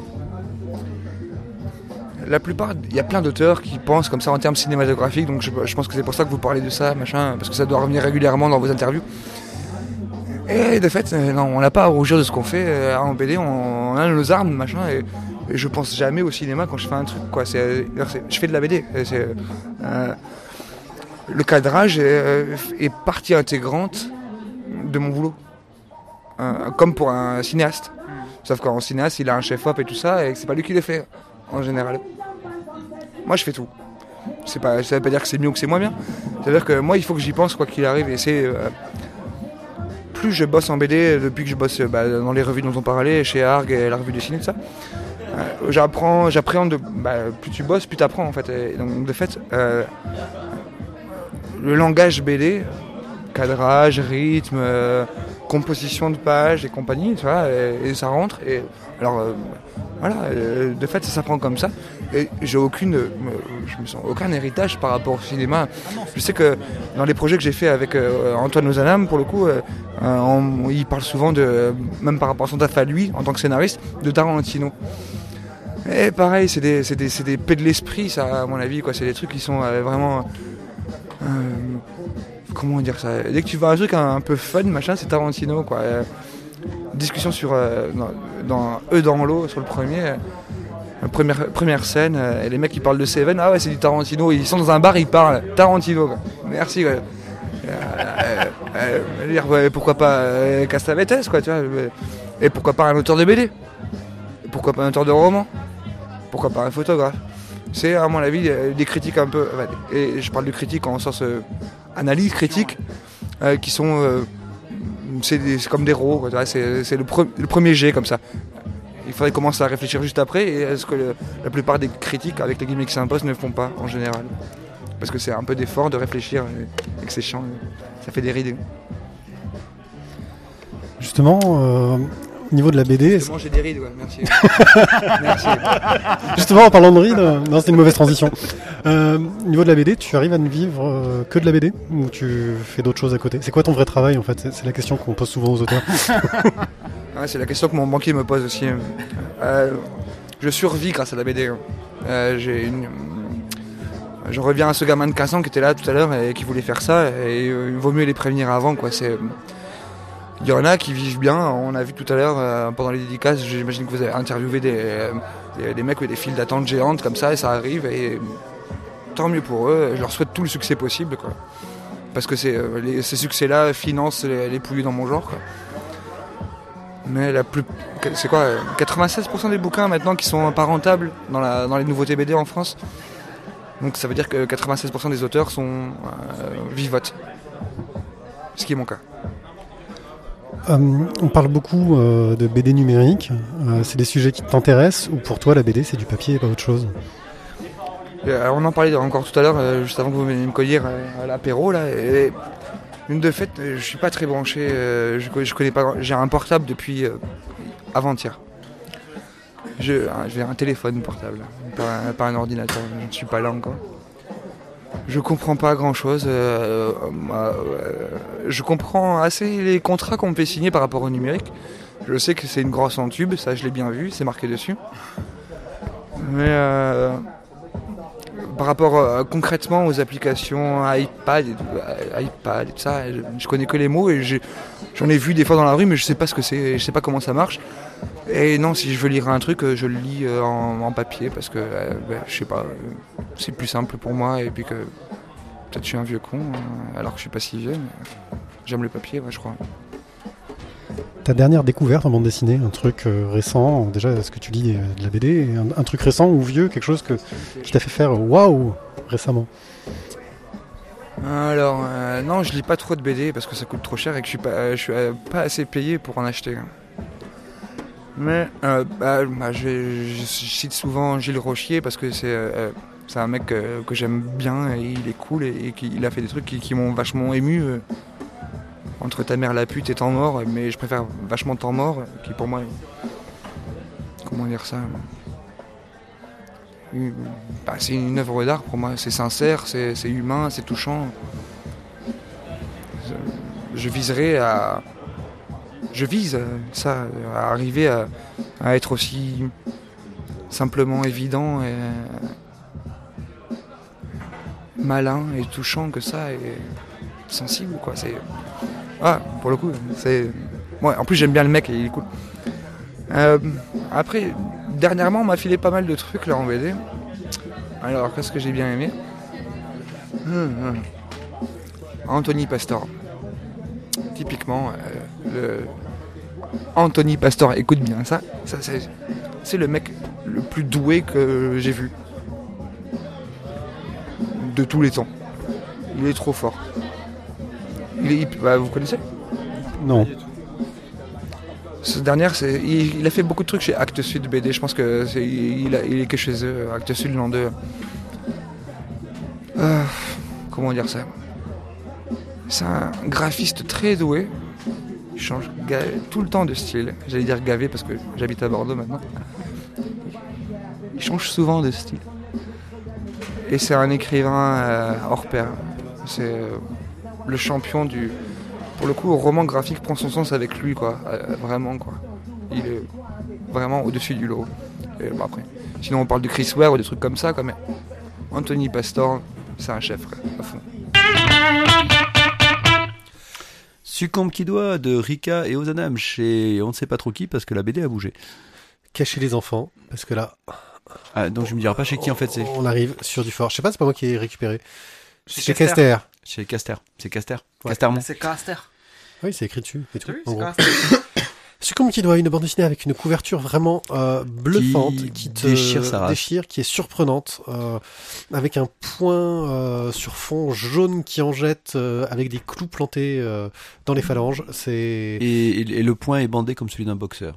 La plupart, il y a plein d'auteurs qui pensent comme ça en termes cinématographiques, donc je, je pense que c'est pour ça que vous parlez de ça, machin, parce que ça doit revenir régulièrement dans vos interviews. Et de fait, non, on n'a pas à rougir de ce qu'on fait en B D, on, on a nos armes, machin, et, et je pense jamais au cinéma quand je fais un truc, quoi. C'est, c'est, je fais de la B D. C'est, euh, le cadrage est, est partie intégrante de mon boulot, euh, comme pour un cinéaste. Sauf qu'en cinéaste, il a un chef-op et tout ça, et c'est pas lui qui le fait, en général. Moi, je fais tout. C'est pas, ça veut pas dire que c'est mieux ou que c'est moins bien. C'est-à-dire que moi, il faut que j'y pense quoi qu'il arrive. Et c'est euh, plus je bosse en B D depuis que je bosse bah, dans les revues dont on parlait, chez Arg et la revue du ciné, tout ça. Euh, j'apprends, j'appréhende. De, bah, plus tu bosses, plus tu apprends en fait. Et donc de fait, euh, le langage B D, cadrage, rythme, euh, composition de pages et compagnie, tu vois, et, et ça rentre. Et alors, euh, voilà, euh, de fait, ça s'apprend comme ça. Et j'ai aucune, euh, je me sens aucun héritage par rapport au cinéma. Je sais que dans les projets que j'ai fait avec euh, Antoine Ozanam, pour le coup, euh, on, il parle souvent de, même par rapport à son taf à lui, en tant que scénariste, de Tarantino. Et pareil, c'est des, c'est des, c'est des paix de l'esprit, ça, à mon avis, quoi. C'est des trucs qui sont euh, vraiment. Euh, comment dire ça? Dès que tu vois un truc un, un peu fun, machin, c'est Tarantino, quoi. Euh, discussion sur euh, dans, dans Eux dans l'eau, sur le premier. Euh, première, première scène, euh, et les mecs qui parlent de Seven, ah ouais, c'est du Tarantino. Ils sont dans un bar, ils parlent Tarantino, quoi. Merci, quoi. Euh, euh, euh, dire, ouais, pourquoi pas euh, Cassavetes, quoi, tu vois. Et pourquoi pas un auteur de B D? Et pourquoi pas un auteur de roman? Pourquoi pas un photographe? C'est à mon avis des critiques un peu, et je parle de critiques en sens euh, analyse critique, euh, qui sont, euh, c'est, des, c'est comme des rots, quoi, c'est, c'est le, pre- le premier jet comme ça. Il faudrait commencer à réfléchir juste après, et est-ce que le, la plupart des critiques avec les guillemets qui s'imposent ne font pas en général, parce que c'est un peu d'effort de réfléchir et, et que c'est chiant, et ça fait des rides. Justement. Euh... Au niveau de la B D... Justement, j'ai des rides, ouais, merci. Merci. Justement, en parlant de rides, non, c'est une mauvaise transition. Euh, au niveau de la B D, tu arrives à ne vivre euh, que de la B D ou tu fais d'autres choses à côté? C'est quoi ton vrai travail, en fait? C'est, c'est la question qu'on pose souvent aux auteurs. Ouais, c'est la question que mon banquier me pose aussi. Euh, je survis grâce à la B D. Euh, j'ai une... Je reviens à ce gamin de quinze ans qui était là tout à l'heure et qui voulait faire ça, et euh, il vaut mieux les prévenir avant, quoi. C'est... Il y en a qui vivent bien, on a vu tout à l'heure euh, pendant les dédicaces, j'imagine que vous avez interviewé des, euh, des, des mecs avec des files d'attente géantes comme ça, et ça arrive, et tant mieux pour eux, je leur souhaite tout le succès possible, quoi. Parce que c'est, euh, les, ces succès-là financent les, les pouilles dans mon genre, quoi. Mais la plus, c'est quoi, quatre-vingt-seize pour cent des bouquins maintenant qui sont pas rentables dans, la, dans les nouveautés B D en France. Donc ça veut dire que quatre-vingt-seize pour cent des auteurs sont euh, vivotent, ce qui est mon cas. Euh, on parle beaucoup euh, de B D numérique. Euh, c'est des sujets qui t'intéressent ou pour toi la B D c'est du papier et pas autre chose? euh, On en parlait encore tout à l'heure, euh, juste avant que vous veniez me collier euh, à l'apéro là. Et une de fait, euh, je suis pas très branché. Euh, je, je connais pas. J'ai un portable depuis euh, avant-hier. Je, j'ai un téléphone portable, pas, pas un ordinateur. Je ne suis pas là encore. Je comprends pas grand chose. Euh, euh, je comprends assez les contrats qu'on me fait signer par rapport au numérique. Je sais que c'est une grosse en tube, ça je l'ai bien vu, c'est marqué dessus. Mais euh, par rapport euh, concrètement aux applications iPad et tout, iPad et tout ça, je, je connais que les mots et j'ai, j'en ai vu des fois dans la rue, mais je sais pas ce que c'est, je sais pas comment ça marche. Et non, si je veux lire un truc, je le lis en, en papier parce que, euh, ben, je sais pas, c'est plus simple pour moi et puis que peut-être je suis un vieux con alors que je suis pas si vieux, mais j'aime le papier, ouais, je crois. Ta dernière découverte en bande dessinée, un truc euh, récent, déjà est-ce que tu lis de la B D, un, un truc récent ou vieux, quelque chose que, qui t'a fait faire waouh récemment? Alors, euh, non, je lis pas trop de B D parce que ça coûte trop cher et que je suis pas, euh, je suis euh, pas assez payé pour en acheter. Mais euh, bah, bah, je, je, je cite souvent Gilles Rochier parce que c'est, euh, c'est un mec euh, que j'aime bien et il est cool et, et qu'il a fait des trucs qui, qui m'ont vachement ému. Euh, entre Ta mère la pute et Temps mort, mais je préfère vachement Temps mort, qui pour moi, comment dire ça, bah, c'est une œuvre d'art pour moi, c'est sincère, c'est, c'est humain, c'est touchant. Je, je viserai à... Je vise ça, à arriver à, à être aussi simplement évident et malin et touchant que ça, et sensible, quoi. C'est... Ah, pour le coup, c'est... Ouais, en plus, j'aime bien le mec, et il est cool. Euh, après, dernièrement, on m'a filé pas mal de trucs, là, en B D. Alors, qu'est-ce que j'ai bien aimé hum, hum. Anthony Pastor. Typiquement, euh, le... Anthony Pastor, écoute bien ça, ça c'est... c'est le mec le plus doué que j'ai vu. De tous les temps. Il est trop fort. Il est, bah, vous connaissez? Non. Ce dernier, c'est, il, il a fait beaucoup de trucs chez Actes Sud B D. Je pense que c'est, il, a, il est que chez eux, Actes Sud l'an deux. Euh, comment dire ça? C'est un graphiste très doué. Je il change ga- tout le temps de style. J'allais dire gavé parce que j'habite à Bordeaux maintenant. Il change souvent de style. Et c'est un écrivain euh, hors pair. C'est euh, le champion du... Pour le coup, le roman graphique prend son sens avec lui, quoi. Euh, vraiment, quoi. Il est vraiment au-dessus du lot. Et, bon, après, sinon, on parle de Chris Ware ou des trucs comme ça, quoi, mais Anthony Pastor, c'est un chef, quoi, à fond. Succombe qui doit de Rika et Ozanam chez on ne sait pas trop qui parce que la B D a bougé. Cacher les enfants, parce que là, Ah, donc je me dirai pas chez qui en fait c'est. on arrive sur du fort. Je sais pas, c'est pas moi qui ai récupéré. C'est chez Caster. Caster. Chez Caster. C'est Caster. Ouais. Castermont. C'est Caster. Oui, c'est écrit dessus et tout. Oui, en c'est gros. Caster. Succombe qui doit une bande dessinée avec une couverture vraiment euh, bluffante, Qui qui, te déchire sa race. déchire, qui est surprenante, euh, avec un point euh, sur fond jaune qui en jette, euh, avec des clous plantés euh, dans les phalanges. C'est Et, et- et le point est bandé comme celui d'un boxeur.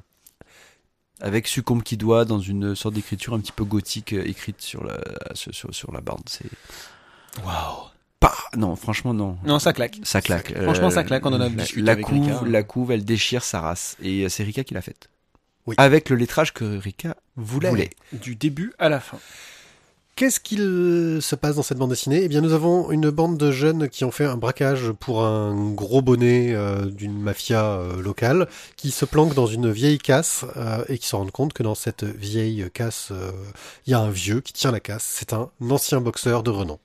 Avec Succombe qui doit dans une sorte d'écriture un petit peu gothique euh, écrite sur la, sur, sur, sur la bande. C'est. Waouh! Pas! Non, franchement, non. Non, ça claque. Ça claque. Franchement, ça claque, on en a la, discuté la avec couve, Rika. la couve, elle déchire sa race. Et euh, c'est Rika qui l'a faite. Oui. Avec le lettrage que Rika voulait. voulait. Du début à la fin. Qu'est-ce qu'il se passe dans cette bande dessinée? Eh bien, nous avons une bande de jeunes qui ont fait un braquage pour un gros bonnet euh, d'une mafia euh, locale, qui se planquent dans une vieille casse euh, et qui se rendent compte que dans cette vieille casse, euh, il y a un vieux qui tient la casse. C'est un ancien boxeur de renom.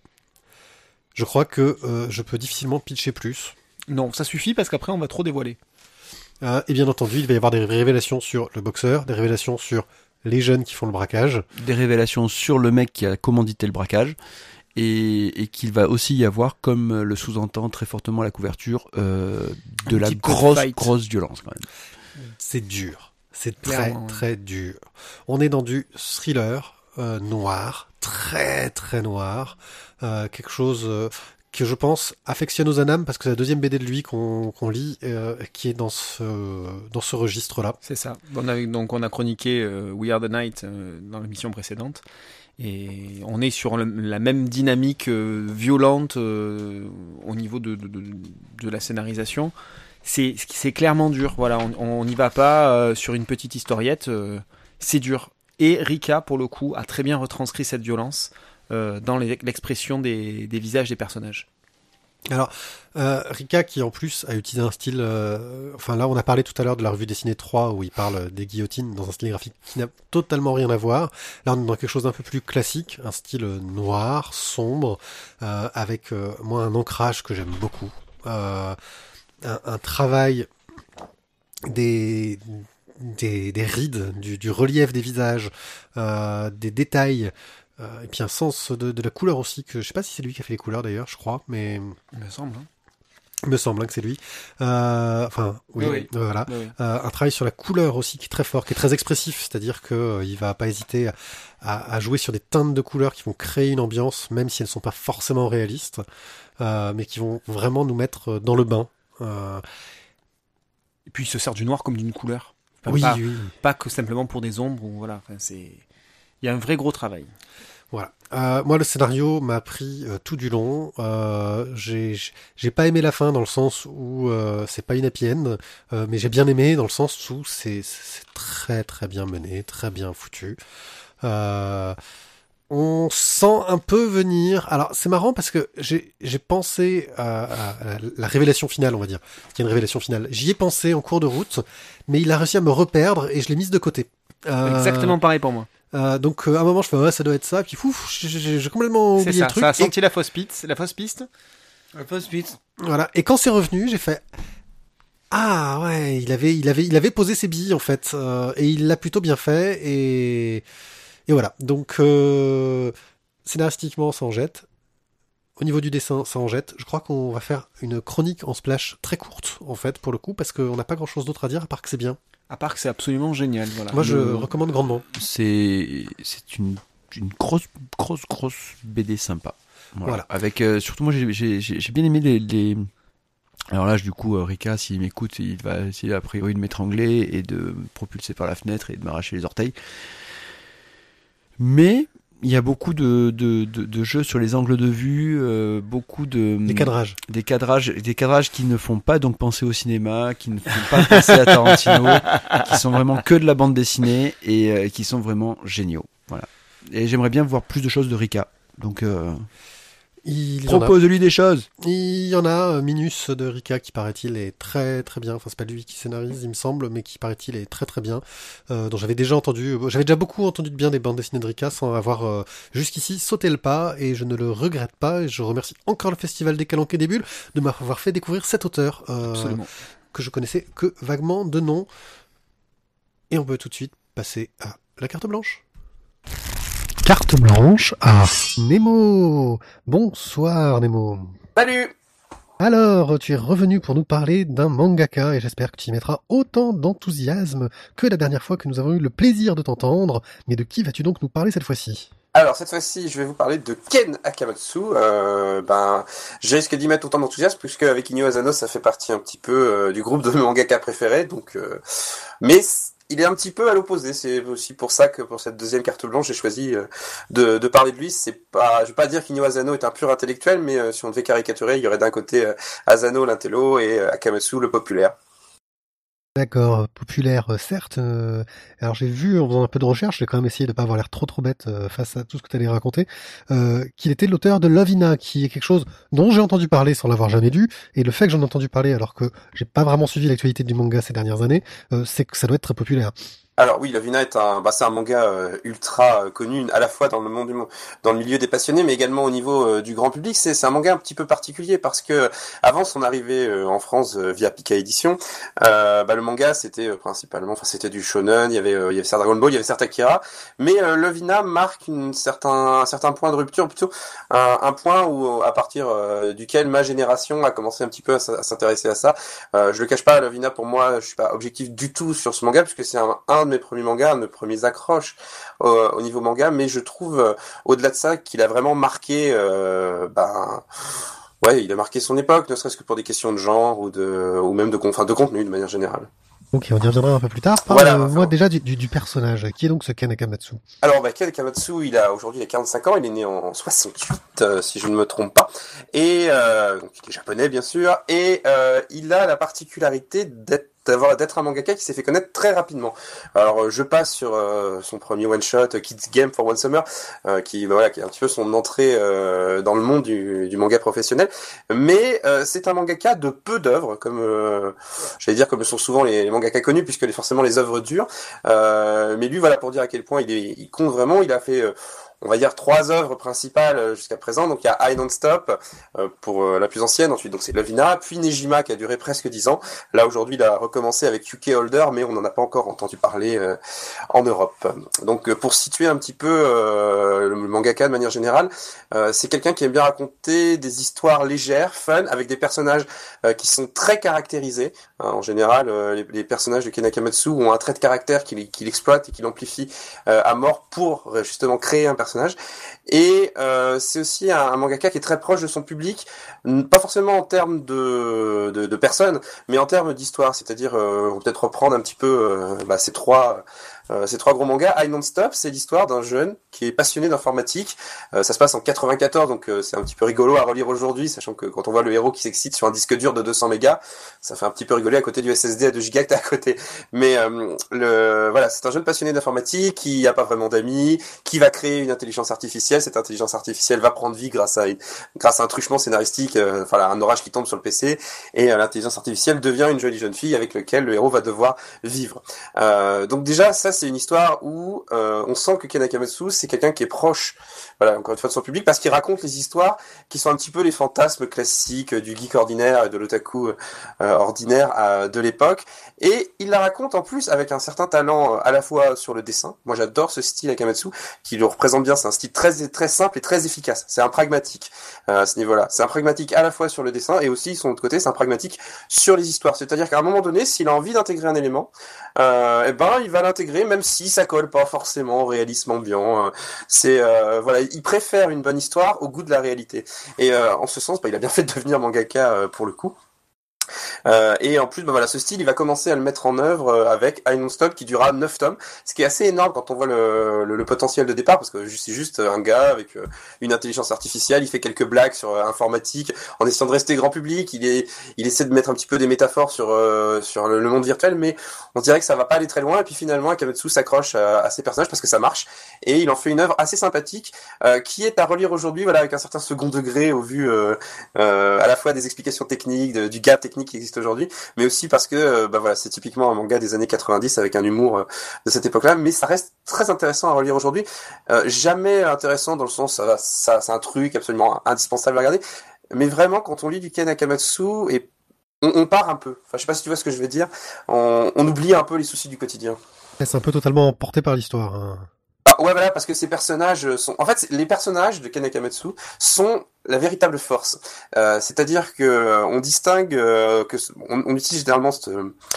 Je crois que euh, je peux difficilement pitcher plus. Non, ça suffit parce qu'après on va trop dévoiler. Euh, et bien entendu, il va y avoir des révélations sur le boxeur, des révélations sur les jeunes qui font le braquage. Des révélations sur le mec qui a commandité le braquage. Et, et qu'il va aussi y avoir, comme le sous-entend très fortement la couverture, euh, de Un la petit peu de grosse, fight. grosse violence quand même. C'est dur. C'est très, Clairement, ouais. très dur. On est dans du thriller euh, noir, très, très noir. Euh, quelque chose euh, que je pense affectionne Ozanam, parce que c'est la deuxième B D de lui qu'on qu'on lit, euh, qui est dans ce, dans ce registre-là. C'est ça. On a, donc on a chroniqué euh, We Are the Night euh, dans l'émission précédente. Et on est sur le- la même dynamique euh, violente euh, au niveau de, de, de, de la scénarisation. C'est, c'est clairement dur. Voilà, on n'y va pas euh, sur une petite historiette. Euh, c'est dur. Et Rika, pour le coup, a très bien retranscrit cette violence euh, dans les- l'expression des, des visages des personnages. Alors, euh, Rika qui en plus a utilisé un style... euh, enfin là, on a parlé tout à l'heure de la revue dessinée trois où il parle des guillotines dans un style graphique qui n'a totalement rien à voir. Là, on est dans quelque chose d'un peu plus classique, un style noir, sombre, euh, avec euh, moi un ancrage que j'aime beaucoup. Euh, un, un travail des... Des, des rides, du, du relief des visages, euh, des détails, euh, et puis un sens de, de la couleur aussi, que je sais pas si c'est lui qui a fait les couleurs d'ailleurs, je crois, mais Il me semble. Hein. il me semble hein, que c'est lui. Euh, enfin, oui, Oui, oui. euh, voilà. Oui, oui. Euh, un travail sur la couleur aussi qui est très fort, qui est très expressif, c'est-à-dire que euh, il va pas hésiter à, à, à jouer sur des teintes de couleurs qui vont créer une ambiance, même si elles ne sont pas forcément réalistes, euh, mais qui vont vraiment nous mettre dans le bain. Euh, Et puis il se sert du noir comme d'une couleur. Enfin, oui, pas, oui. pas que simplement pour des ombres. Ou voilà. Enfin, c'est... Il y a un vrai gros travail. Voilà. Euh, moi, le scénario m'a pris euh, tout du long. Euh, j'ai, j'ai pas aimé la fin dans le sens où euh, c'est pas une happy end, euh, mais j'ai bien aimé dans le sens où c'est, c'est très très bien mené, très bien foutu. Euh, on sent un peu venir. Alors, c'est marrant parce que j'ai, j'ai pensé à, à, à la révélation finale, on va dire. Il y a une révélation finale. J'y ai pensé en cours de route, mais il a réussi à me reperdre et je l'ai mise de côté. Euh, Exactement pareil pour moi. euh, donc euh, à un moment je fais ouais ça doit être ça, puis fouf, j'ai, j'ai, j'ai complètement C'est oublié ça. le truc. Ça a et, senti la fausse piste. La fausse piste. La post-pit. voilà. Et quand c'est revenu, j'ai fait ah ouais, il avait, il avait, il avait posé ses billes en fait, euh, et il l'a plutôt bien fait et et voilà. Donc euh, scénaristiquement ça en jette. Au niveau du dessin, ça en jette. Je crois qu'on va faire une chronique en splash très courte en fait pour le coup parce qu'on n'a pas grand chose d'autre à dire à part que c'est bien. À part que c'est absolument génial. Voilà. Moi je Le- recommande grandement. C'est c'est une, une grosse, grosse, grosse B D sympa. Voilà. Voilà. Avec, euh, surtout, moi, j'ai, j'ai, j'ai j'ai bien aimé les, les... Alors là, du coup, euh, Rika, s'il m'écoute, il va essayer a priori de m'étrangler et de me propulser par la fenêtre et de m'arracher les orteils. Mais il y a beaucoup de, de, de, de jeux sur les angles de vue, euh, beaucoup de Des cadrages. des cadrages, des cadrages qui ne font pas donc penser au cinéma, qui ne font pas penser à Tarantino, qui sont vraiment que de la bande dessinée et euh, qui sont vraiment géniaux. Voilà. Et j'aimerais bien voir plus de choses de Rika. Donc euh, Il y en a. propose-lui des choses. Il y en a, euh, Minus de Rika qui paraît-il est très très bien, enfin c'est pas lui qui scénarise il me semble, mais qui paraît-il est très très bien, euh, dont j'avais déjà entendu, euh, j'avais déjà beaucoup entendu de bien des bandes dessinées de Rika sans avoir euh, jusqu'ici sauté le pas, et je ne le regrette pas, et je remercie encore le Festival des Calanques et des Bulles de m'avoir fait découvrir cet auteur, euh, Absolument. que je connaissais que vaguement de nom. Et on peut tout de suite passer à la carte blanche. Carte blanche à Nemo. Bonsoir Nemo. Salut! Alors, tu es revenu pour nous parler d'un mangaka et j'espère que tu y mettras autant d'enthousiasme que la dernière fois que nous avons eu le plaisir de t'entendre. Mais de qui vas-tu donc nous parler cette fois-ci ? Alors, cette fois-ci, je vais vous parler de Ken Akamatsu. Euh, ben, j'ai risqué d'y mettre autant d'enthousiasme puisque avec Inyo Asano, ça fait partie un petit peu euh, du groupe de mes mangaka préférés. Donc, euh, mais il est un petit peu à l'opposé. C'est aussi pour ça que pour cette deuxième carte blanche, j'ai choisi euh, de, de parler de lui. C'est pas, je vais pas dire qu'Inyo Asano est un pur intellectuel, mais euh, si on devait caricaturer, il y aurait d'un côté euh, Asano l'intello et euh, Akamatsu le populaire. D'accord, populaire, euh, certes. euh, alors j'ai vu, en faisant un peu de recherche, j'ai quand même essayé de pas avoir l'air trop trop bête euh, face à tout ce que tu allais raconter, euh, qu'il était l'auteur de Lovina, qui est quelque chose dont j'ai entendu parler sans l'avoir jamais lu, et le fait que j'en ai entendu parler alors que j'ai pas vraiment suivi l'actualité du manga ces dernières années, euh, c'est que ça doit être très populaire. Alors oui, Lovina est un, bah c'est un manga euh, ultra euh, connu à la fois dans le monde du mo- dans le milieu des passionnés, mais également au niveau euh, du grand public. C'est, c'est un manga un petit peu particulier parce que avant son arrivée euh, en France euh, via Pika Édition, euh, bah le manga c'était euh, principalement, enfin c'était du shonen. Il y avait, euh, il y avait certes Dragon Ball, il y avait certes Akira, mais euh, Lovina marque une certain, un certain point de rupture, plutôt un, un point où à partir euh, duquel ma génération a commencé un petit peu à, s- à s'intéresser à ça. Euh, je le cache pas, Lovina pour moi, je suis pas objectif du tout sur ce manga puisque c'est un, un de mes premiers mangas, un de mes premiers accroches euh, au niveau manga, mais je trouve euh, au-delà de ça qu'il a vraiment marqué, euh, ben, ouais, il a marqué son époque, ne serait-ce que pour des questions de genre ou de, ou même de, con- enfin, de contenu de manière générale. Ok, on y reviendra un peu plus tard. Voilà, Parle-moi enfin. déjà du, du, du personnage. Qui est donc ce Ken Akamatsu ? Alors, bah, Ken Akamatsu, il a aujourd'hui il a quarante-cinq ans, il est né en soixante-huit, euh, si je ne me trompe pas, et euh, donc il est japonais bien sûr, et euh, il a la particularité d'être d'avoir d'être un mangaka qui s'est fait connaître très rapidement. Alors euh, je passe sur euh, son premier one shot Kids Game for One Summer, euh, qui bah, voilà qui est un petit peu son entrée euh, dans le monde du, du manga professionnel. Mais euh, c'est un mangaka de peu d'œuvres, comme euh, j'allais dire comme le sont souvent les, les mangaka connus, puisque les, forcément les œuvres durent. Euh, mais lui voilà pour dire à quel point il est il compte vraiment. Il a fait euh, on va dire trois œuvres principales jusqu'à présent. Donc il y a I Don't Stop euh, pour euh, la plus ancienne, ensuite donc c'est Lovina, puis Nejima qui a duré presque dix ans. Là aujourd'hui il a recommencé avec U K Holder, mais on n'en a pas encore entendu parler euh, en Europe. Donc euh, pour situer un petit peu euh, le mangaka de manière générale, euh, c'est quelqu'un qui aime bien raconter des histoires légères, fun, avec des personnages euh, qui sont très caractérisés. Hein, en général, euh, les, les personnages de Ken Akamatsu ont un trait de caractère qu'il qu'il exploite et qu'il amplifie euh, à mort pour euh, justement créer un personnage. Et euh, c'est aussi un, un mangaka qui est très proche de son public, pas forcément en termes de, de, de personnes, mais en termes d'histoire. C'est-à-dire, euh, on va peut-être reprendre un petit peu euh, bah, ces trois... Euh, ces trois gros mangas. I Non Stop, c'est l'histoire d'un jeune qui est passionné d'informatique. Euh, ça se passe en quatre-vingt-quatorze, donc euh, c'est un petit peu rigolo à relire aujourd'hui, sachant que quand on voit le héros qui s'excite sur un disque dur de deux cents mégas, ça fait un petit peu rigoler à côté du S S D à deux gigas que t'as à côté. Mais euh, le voilà, c'est un jeune passionné d'informatique qui a pas vraiment d'amis, qui va créer une intelligence artificielle. Cette intelligence artificielle va prendre vie grâce à une, grâce à un truchement scénaristique, euh, enfin un orage qui tombe sur le P C, et euh, l'intelligence artificielle devient une jolie jeune fille avec laquelle le héros va devoir vivre. Euh, donc déjà ça c'est une histoire où euh, on sent que Ken Akamatsu c'est quelqu'un qui est proche, voilà, encore une fois de son public, parce qu'il raconte les histoires qui sont un petit peu les fantasmes classiques du geek ordinaire et de l'otaku euh, ordinaire euh, de l'époque, et il la raconte en plus avec un certain talent euh, à la fois sur le dessin. Moi j'adore ce style Akamatsu qui le représente bien, c'est un style très très simple et très efficace, c'est un pragmatique euh, à ce niveau-là, c'est un pragmatique à la fois sur le dessin et aussi son autre côté c'est un pragmatique sur les histoires, c'est-à-dire qu'à un moment donné s'il a envie d'intégrer un élément, euh, et ben il va l'intégrer même si ça colle pas forcément au réalisme ambiant. Euh, c'est euh, voilà, il préfère une bonne histoire au goût de la réalité. Et euh, en ce sens, bah, il a bien fait de devenir mangaka euh, pour le coup. Euh, et en plus, bah voilà, ce style, il va commencer à le mettre en œuvre euh, avec Eye Non-Stop qui durera neuf tomes, ce qui est assez énorme quand on voit le, le, le potentiel de départ, parce que c'est juste un gars avec euh, une intelligence artificielle, il fait quelques blagues sur euh, informatique, en essayant de rester grand public, il est, il essaie de mettre un petit peu des métaphores sur euh, sur le, le monde virtuel, mais on dirait que ça va pas aller très loin. Et puis finalement, Akamatsu s'accroche à, à ses personnages parce que ça marche, et il en fait une œuvre assez sympathique euh, qui est à relire aujourd'hui, voilà, avec un certain second degré au vu euh, euh, à la fois des explications techniques, de, du gap technique qui existe aujourd'hui, mais aussi parce que euh, bah voilà, c'est typiquement un manga des années quatre-vingt-dix avec un humour euh, de cette époque-là, mais ça reste très intéressant à relire aujourd'hui. Euh, jamais intéressant dans le sens ça, ça c'est un truc absolument indispensable à regarder, mais vraiment quand on lit du Ken Akamatsu et on, on part un peu. Enfin, je sais pas si tu vois ce que je veux dire. On, on oublie un peu les soucis du quotidien. C'est un peu totalement emporté par l'histoire. Hein. Ah, ouais, voilà, parce que ces personnages sont... En fait, les personnages de Ken Akamatsu sont la véritable force. Euh, c'est-à-dire que on distingue euh, que on, on utilise généralement cette,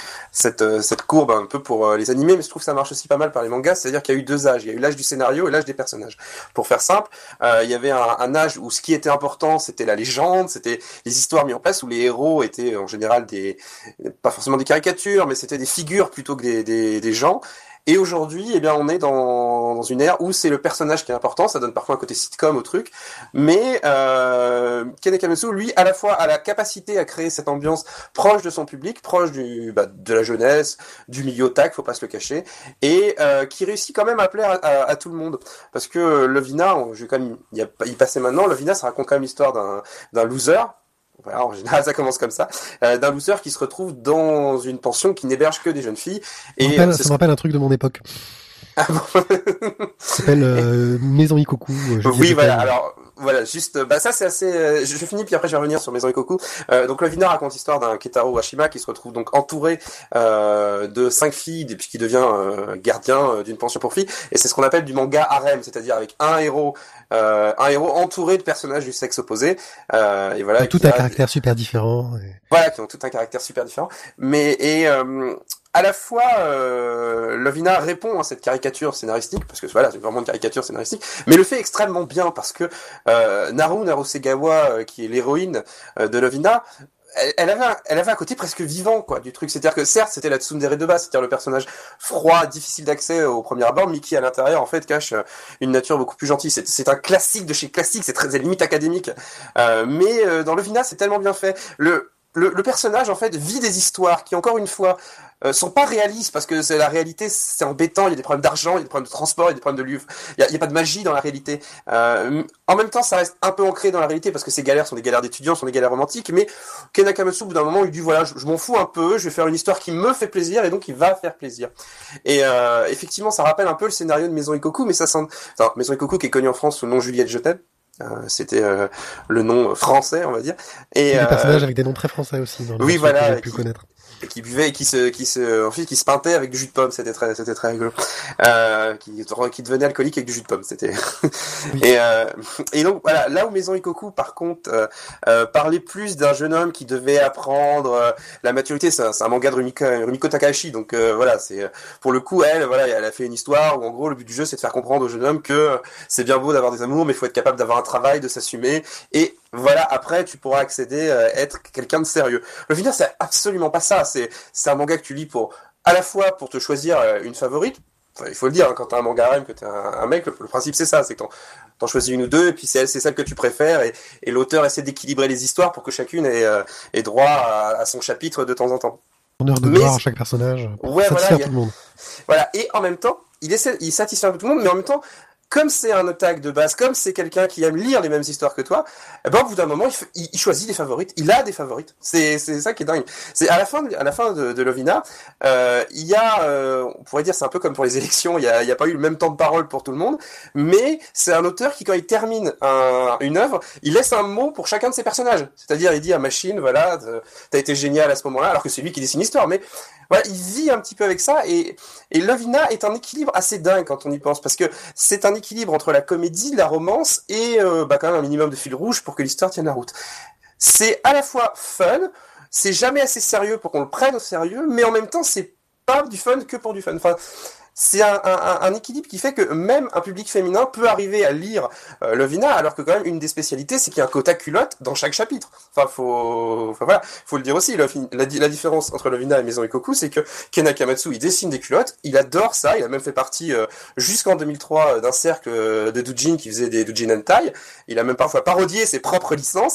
cette cette courbe un peu pour euh, les animés, mais je trouve que ça marche aussi pas mal par les mangas. C'est-à-dire qu'il y a eu deux âges. Il y a eu l'âge du scénario et l'âge des personnages. Pour faire simple, euh, il y avait un, un âge où ce qui était important, c'était la légende, c'était les histoires mises en place, où les héros étaient en général des pas forcément des caricatures, mais c'était des figures plutôt que des des, des gens. Et aujourd'hui, eh bien, on est dans, dans une ère où c'est le personnage qui est important. Ça donne parfois un côté sitcom au truc, mais euh, Ken Akamatsu, lui, à la fois a la capacité à créer cette ambiance proche de son public, proche du bah, de la jeunesse, du milieu otaku, faut pas se le cacher, et euh, qui réussit quand même à plaire à, à, à tout le monde. Parce que Lovina, je vais quand même y, a, y passer maintenant. Lovina, ça raconte quand même l'histoire d'un d'un loser. Voilà, en général, ça commence comme ça, euh, d'un loser qui se retrouve dans une pension qui n'héberge que des jeunes filles. Et ça me rappelle, ça me rappelle un truc de mon époque. Ah bon. Ça s'appelle euh, Maison Ikoku. Oui, voilà. Alors voilà, juste, bah ça c'est assez. Euh, je, je finis puis après je vais revenir sur Maison Ikoku. Euh, donc Lovina raconte l'histoire d'un Ketaro Ashima qui se retrouve donc entouré euh, de cinq filles et puis qui devient euh, gardien euh, d'une pension pour filles. Et c'est ce qu'on appelle du manga harem, c'est-à-dire avec un héros, euh, un héros entouré de personnages du sexe opposé. Euh, et voilà. Tout un a... caractère super différent. Et... Voilà, qui ont tout un caractère super différent. Mais et euh, à la fois, euh, Lovina répond à cette caricature scénaristique, parce que voilà, c'est vraiment une caricature scénaristique, mais le fait extrêmement bien, parce que euh, Naru Narusegawa, euh, qui est l'héroïne euh, de Lovina, elle, elle avait un, elle avait un côté presque vivant, quoi, du truc. C'est-à-dire que certes, c'était la tsundere de base, c'est-à-dire le personnage froid, difficile d'accès au premier abord, mais qui à l'intérieur, en fait, cache une nature beaucoup plus gentille. C'est, c'est un classique de chez classique, c'est très c'est limite académique. Euh, mais euh, dans Lovina, c'est tellement bien fait. Le Le, le personnage en fait vit des histoires qui encore une fois euh, sont pas réalistes parce que c'est la réalité, c'est embêtant, il y a des problèmes d'argent, il y a des problèmes de transport, il y a des problèmes de lieu, il y a, il y a pas de magie dans la réalité. Euh, en même temps, ça reste un peu ancré dans la réalité parce que ces galères sont des galères d'étudiants, sont des galères romantiques, mais Ken Akamatsu, au bout d'un moment, il dit voilà, je, je m'en fous un peu, je vais faire une histoire qui me fait plaisir et donc il va faire plaisir. Et euh, effectivement, ça rappelle un peu le scénario de Maison Ikoku, mais ça sent... Enfin, Maison Ikoku qui est connu en France sous le nom Juliette Je t'aime. Euh, c'était euh, le nom français, on va dire. Et, et des euh, personnages avec des noms très français aussi. Dans oui, voilà. Que j'ai pu qui, connaître. Et qui buvait et qui se, qui se, ensuite qui se peintait avec du jus de pomme. C'était très, c'était très rigolo. Euh, qui, qui devenait alcoolique avec du jus de pomme. C'était. Oui. Et, euh, et donc voilà, là où Maison Ikoku, par contre, euh, euh, parlait plus d'un jeune homme qui devait apprendre euh, la maturité. C'est un, c'est un manga de Rumiko, Rumiko Takahashi. Donc euh, voilà, c'est pour le coup, elle, voilà, elle a fait une histoire où en gros le but du jeu, c'est de faire comprendre au jeune homme que c'est bien beau d'avoir des amours, mais il faut être capable d'avoir un travail, de s'assumer. Et voilà, après, tu pourras accéder à être quelqu'un de sérieux. Le final, c'est absolument pas ça. C'est, c'est un manga que tu lis pour, à la fois pour te choisir une favorite. Enfin, il faut le dire, hein, quand t'as un manga harem, que t'es un, un mec, le, le principe c'est ça, c'est que t'en, t'en choisis une ou deux, et puis c'est, c'est celle que tu préfères, et, et l'auteur essaie d'équilibrer les histoires pour que chacune ait, euh, ait droit à, à son chapitre de temps en temps. En heure de Mais, gloire à chaque personnage, pour ouais, satisfaire voilà, tout le monde. Voilà, et en même temps, il essaie, il satisfait un peu tout le monde, mais en même temps, comme c'est un otaku de base, comme c'est quelqu'un qui aime lire les mêmes histoires que toi, eh ben, au bout d'un moment, il, f- il, il choisit des favorites. Il a des favorites. C'est, c'est ça qui est dingue. C'est à la fin, de, à la fin de, de Lovina, euh, il y a, euh, on pourrait dire, c'est un peu comme pour les élections, il y a, il y a pas eu le même temps de parole pour tout le monde, mais c'est un auteur qui, quand il termine un, une œuvre, il laisse un mot pour chacun de ses personnages. C'est-à-dire, il dit à Machine, voilà, t'as été génial à ce moment-là, alors que c'est lui qui dessine l'histoire, mais voilà, il vit un petit peu avec ça, et, et Lovina est un équilibre assez dingue quand on y pense, parce que c'est un équilibre entre la comédie, la romance, et euh, bah, quand même un minimum de fil rouge pour que l'histoire tienne la route. C'est à la fois fun, c'est jamais assez sérieux pour qu'on le prenne au sérieux, mais en même temps, c'est pas du fun que pour du fun. Enfin, c'est un, un, un équilibre qui fait que même un public féminin peut arriver à lire euh, Lovina, alors que quand même une des spécialités, c'est qu'il y a un quota culotte dans chaque chapitre. Enfin, faut, enfin voilà, faut le dire aussi. La, la, la différence entre Lovina et Maison Ikoku, c'est que Ken Akamatsu, il dessine des culottes, il adore ça, il a même fait partie euh, jusqu'en deux mille trois d'un cercle de doujin qui faisait des doujin hentai. Il a même parfois parodié ses propres licences.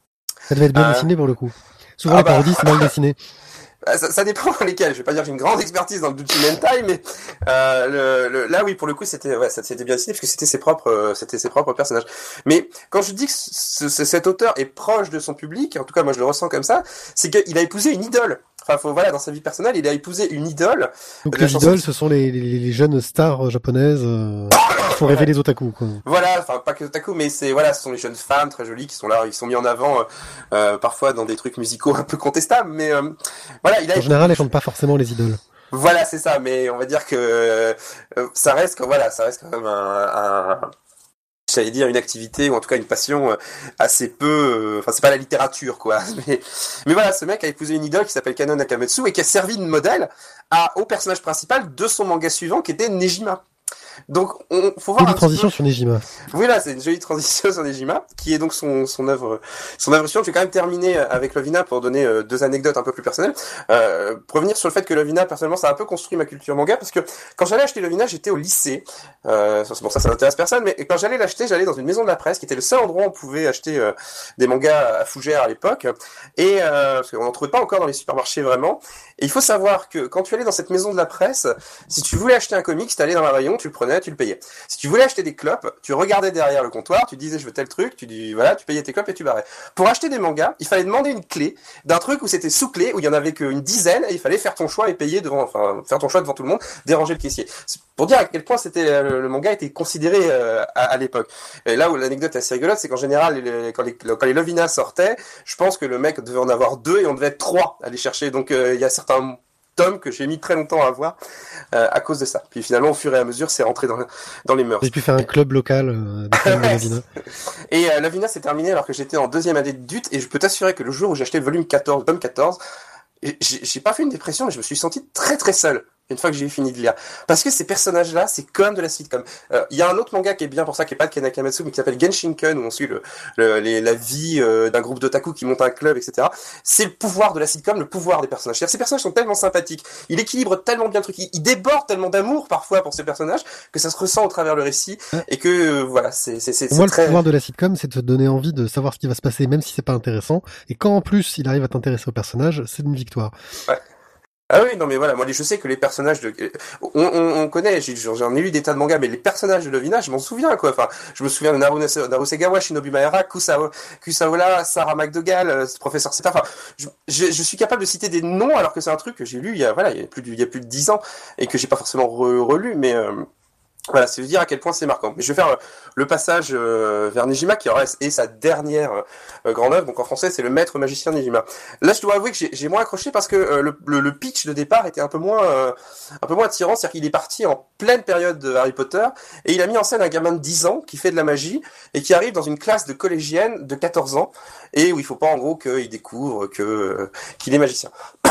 Ça devait être bien euh... dessiné pour le coup. Souvent ah les bah... parodies c'est mal dessiné. Ça, ça dépend lesquels. Je vais pas dire que j'ai une grande expertise dans le doujin hentai, mais euh, le, le, là oui, pour le coup, c'était ouais, c'était bien dessiné parce que c'était ses propres, euh, c'était ses propres personnages. Mais quand je dis que ce, ce, cet auteur est proche de son public, en tout cas moi je le ressens comme ça, c'est qu'il a épousé une idole. Enfin, faut, voilà, dans sa vie personnelle, il a épousé une idole. Donc les idoles, ce sont les, les, les jeunes stars japonaises euh, qui font rêver les otaku, quoi. Voilà, enfin pas que otaku, mais c'est voilà, ce sont les jeunes femmes très jolies qui sont là, ils sont mis en avant euh, euh, parfois dans des trucs musicaux un peu contestables, mais euh, voilà, il a. En général, elles chantent pas forcément les idoles. Voilà, c'est ça, mais on va dire que euh, ça reste, voilà, ça reste quand même un. un... j'allais dire une activité ou en tout cas une passion assez peu, enfin euh, c'est pas la littérature quoi, mais mais voilà, ce mec a épousé une idole qui s'appelle Kanon Nakamatsu et qui a servi de modèle à au personnage principal de son manga suivant qui était Nejima. Donc, on faut voir. Jolie transition peu... sur Nejima. Oui, là, c'est une jolie transition sur Nejima, qui est donc son son œuvre, son œuvre suivante. Je vais quand même terminer avec Lovina pour donner euh, deux anecdotes un peu plus personnelles. Euh, pour revenir sur le fait que Lovina, personnellement, ça a un peu construit ma culture manga, parce que quand j'allais acheter Lovina, j'étais au lycée. Euh, c'est pour ça, ça n'intéresse personne. Mais quand j'allais l'acheter, j'allais dans une maison de la presse, qui était le seul endroit où on pouvait acheter euh, des mangas à fougères à l'époque, et euh, parce qu'on n'en trouvait pas encore dans les supermarchés vraiment. Et il faut savoir que quand tu allais dans cette maison de la presse, si tu voulais acheter un comics, t'allais dans un rayon, tu le prenais, tu le payais. Si tu voulais acheter des clopes, tu regardais derrière le comptoir, tu disais je veux tel truc, tu dis voilà, tu payais tes clopes et tu barrais. Pour acheter des mangas, il fallait demander une clé d'un truc où c'était sous clé, où il y en avait qu'une dizaine, et il fallait faire ton choix et payer devant, enfin faire ton choix devant tout le monde, déranger le caissier. C'est pour dire à quel point c'était le, le manga était considéré euh, à, à l'époque. Et là où l'anecdote est assez rigolote, c'est qu'en général, les, quand, les, quand les Lovina sortaient, je pense que le mec devait en avoir deux et on devait être trois à les chercher. Donc il euh, y a certains tomes que j'ai mis très longtemps à voir euh, à cause de ça. Puis finalement, au fur et à mesure, c'est rentré dans, dans les mœurs. J'ai pu faire un club local euh, de Lovina. Et euh, Lovina s'est terminé alors que j'étais en deuxième année de D U T, et je peux t'assurer que le jour où j'ai acheté le volume quatorze, tome quatorze, j'ai, j'ai pas fait une dépression, mais je me suis senti très très seul une fois que j'ai fini de lire. Parce que ces personnages-là, c'est comme de la sitcom. Il euh, y a un autre manga qui est bien pour ça, qui est pas de Ken Akamatsu, mais qui s'appelle Genshinken, où on suit le, le, les, la vie euh, d'un groupe d'otaku qui monte un club, et cetera. C'est le pouvoir de la sitcom, le pouvoir des personnages. C'est-à-dire, ces personnages sont tellement sympathiques, il équilibre tellement bien le truc, il, il déborde tellement d'amour parfois pour ces personnages, que ça se ressent au travers le récit, et que euh, voilà, c'est c'est c'est. Pour moi, très... le pouvoir de la sitcom, c'est de te donner envie de savoir ce qui va se passer, même si c'est pas intéressant. Et quand en plus il arrive à t'intéresser au personnage, c'est une victoire. Ouais. Ah oui, non mais voilà, moi je sais que les personnages de... On, on, on connaît, j'en ai lu des tas de mangas, mais les personnages de Lovina, je m'en souviens quoi. Enfin, je me souviens de Narusegawa, Shinobu Maera, Kusao, Kusaola, Sarah McDougall, professeur Seta. Enfin, je, je, je suis capable de citer des noms alors que c'est un truc que j'ai lu il y a voilà, il y a plus de, il y a plus de dix ans et que j'ai pas forcément re, relu, mais... Euh... Voilà, c'est de dire à quel point c'est marquant. Mais je vais faire le passage euh, vers Nejima qui reste est sa dernière euh, grande œuvre. Donc en français, c'est le maître magicien Nejima. Là, je dois avouer que j'ai, j'ai moins accroché parce que euh, le, le, le pitch de départ était un peu moins euh, un peu moins attirant. C'est-à-dire qu'il est parti en pleine période de Harry Potter et il a mis en scène un gamin de dix ans qui fait de la magie et qui arrive dans une classe de collégienne de quatorze ans et où il faut pas en gros qu'il découvre que euh, qu'il est magicien.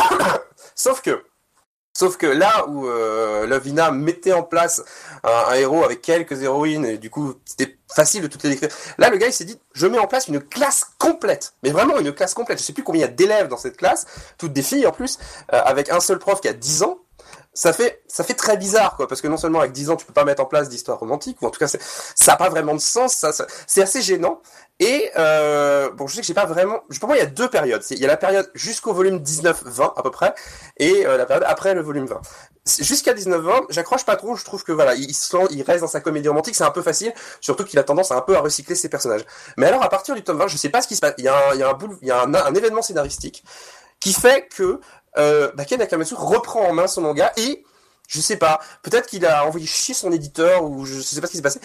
Sauf que Sauf que là où euh, Lovina mettait en place un, un héros avec quelques héroïnes, et du coup c'était facile de toutes les décrire, là le gars il s'est dit je mets en place une classe complète, mais vraiment une classe complète, je sais plus combien il y a d'élèves dans cette classe, toutes des filles en plus, euh, avec un seul prof qui a dix ans, ça fait ça fait très bizarre quoi, parce que non seulement avec dix ans tu peux pas mettre en place d'histoire romantique, ou en tout cas c'est, ça a pas vraiment de sens, ça, ça c'est assez gênant. Et euh, bon, je sais que j'ai pas vraiment. Pour moi, il y a deux périodes. C'est, il y a la période jusqu'au volume dix-neuf vingt à peu près, et euh, la période après le volume vingt. Jusqu'à dix-neuf vingt, j'accroche pas trop. Je trouve que voilà, il, se, il reste dans sa comédie romantique, c'est un peu facile. Surtout qu'il a tendance à un peu à recycler ses personnages. Mais alors, à partir du tome vingt, je sais pas ce qui se passe. Il y a un, il y a un, boule, il y a un, un événement scénaristique qui fait que euh, bah, Ken Akamatsu reprend en main son manga et je sais pas, peut-être qu'il a envoyé chier son éditeur ou je sais pas ce qui s'est passé.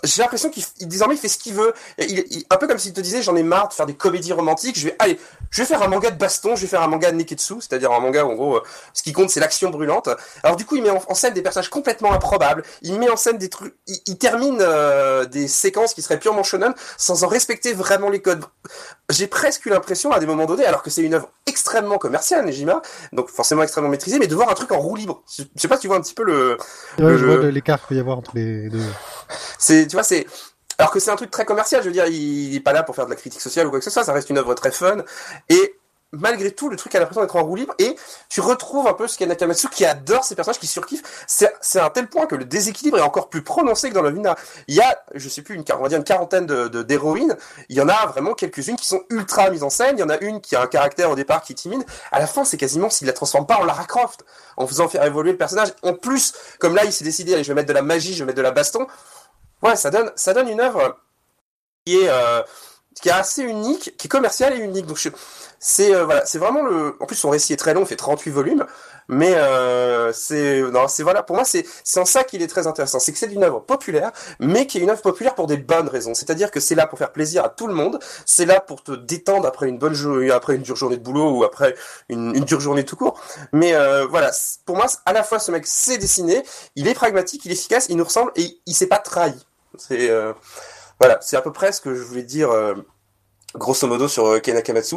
j'ai l'impression qu'il il, désormais il fait ce qu'il veut. Il, il, un peu comme s'il te disait j'en ai marre de faire des comédies romantiques. Je vais allez, je vais faire un manga de baston, je vais faire un manga de neketsu, c'est-à-dire un manga où en gros euh, ce qui compte c'est l'action brûlante. Alors du coup il met en, en scène des personnages complètement improbables. Il met en scène des trucs, il, il termine euh, des séquences qui seraient purement shonen sans en respecter vraiment les codes. J'ai presque eu l'impression à des moments donnés, alors que c'est une œuvre extrêmement commerciale, Nejima, donc forcément extrêmement maîtrisée, mais de voir un truc en roue libre. Je, je sais pas si tu vois un petit peu le. Ouais, le je vois l'écart qu'il peut y avoir entre les deux. C'est, tu vois, c'est, alors que c'est un truc très commercial, je veux dire, il est pas là pour faire de la critique sociale ou quoi que ce soit, ça reste une œuvre très fun, et malgré tout, le truc a l'impression d'être en roue libre, et tu retrouves un peu ce qu'est Nakamatsu, qui adore ces personnages, qui surkiffent, c'est, c'est à un tel point que le déséquilibre est encore plus prononcé que dans Love Hina. Il y a, je sais plus, une, on va dire une quarantaine de, de, d'héroïnes, il y en a vraiment quelques-unes qui sont ultra mises en scène, il y en a une qui a un caractère au départ qui est timide, à la fin, c'est quasiment s'il la transforme pas en Lara Croft, en faisant faire évoluer le personnage, en plus, comme là, il s'est décidé, allez, je vais mettre de la magie, je vais mettre de la baston. Ouais, ça donne, ça donne une œuvre qui est, euh, qui est assez unique, qui est commerciale et unique. Donc, je, c'est, euh, voilà, c'est vraiment le, en plus, son récit est très long, il fait trente-huit volumes, mais, euh, c'est, non, c'est, voilà, pour moi, c'est, c'est en ça qu'il est très intéressant. C'est que c'est une œuvre populaire, mais qui est une œuvre populaire pour des bonnes raisons. C'est-à-dire que c'est là pour faire plaisir à tout le monde, c'est là pour te détendre après une bonne journée, après une dure journée de boulot ou après une, une dure journée tout court. Mais, euh, voilà, pour moi, à la fois, ce mec sait dessiner, il est pragmatique, il est efficace, il nous ressemble et il, il s'est pas trahi. C'est euh, voilà, c'est à peu près ce que je voulais dire euh, grosso modo sur euh, Kei Nakamatsu.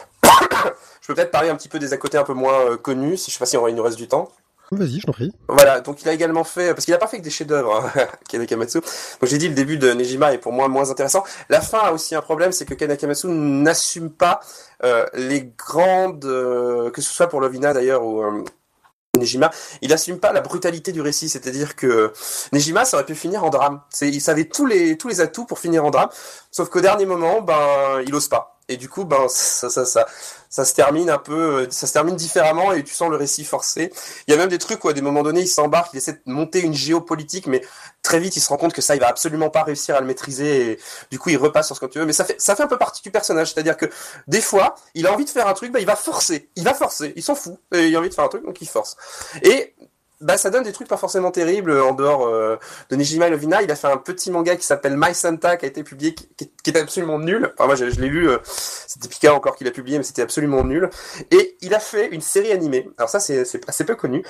Je peux peut-être parler un petit peu des à côté un peu moins euh, connus, si je sais pas si on, il nous reste du temps. Vas-y, je t'en prie. Voilà, donc il a également fait, parce qu'il a pas fait que des chefs-d'œuvre, hein, Kei Nakamatsu. Donc j'ai dit le début de Nejima est pour moi moins intéressant. La fin a aussi un problème, c'est que Kei Nakamatsu n'assume pas euh, les grandes, euh, que ce soit pour Love Hina d'ailleurs ou euh, Nejima, il assume pas la brutalité du récit, c'est-à-dire que Nejima, ça aurait pu finir en drame. C'est, il savait tous les tous les atouts pour finir en drame, sauf qu'au dernier moment, ben, il ose pas. Et du coup, ben, ça, ça, ça, ça se termine un peu, ça se termine différemment et tu sens le récit forcé. Il y a même des trucs où à des moments donnés, il s'embarque, il essaie de monter une géopolitique, mais très vite, il se rend compte que ça, il va absolument pas réussir à le maîtriser et du coup, il repasse sur ce que tu veux. Mais ça fait, ça fait un peu partie du personnage, c'est-à-dire que des fois, il a envie de faire un truc, ben, il va forcer, il va forcer, il s'en fout, et il a envie de faire un truc, donc il force. Et bah ça donne des trucs pas forcément terribles en dehors euh, de Nejima et Love Hina. Il a fait un petit manga qui s'appelle My Santa qui a été publié, qui, qui, qui est absolument nul. Enfin moi je, je l'ai lu, euh, c'était Pika encore qui l'a publié, mais c'était absolument nul. Et il a fait une série animée. Alors ça c'est, c'est assez peu connu.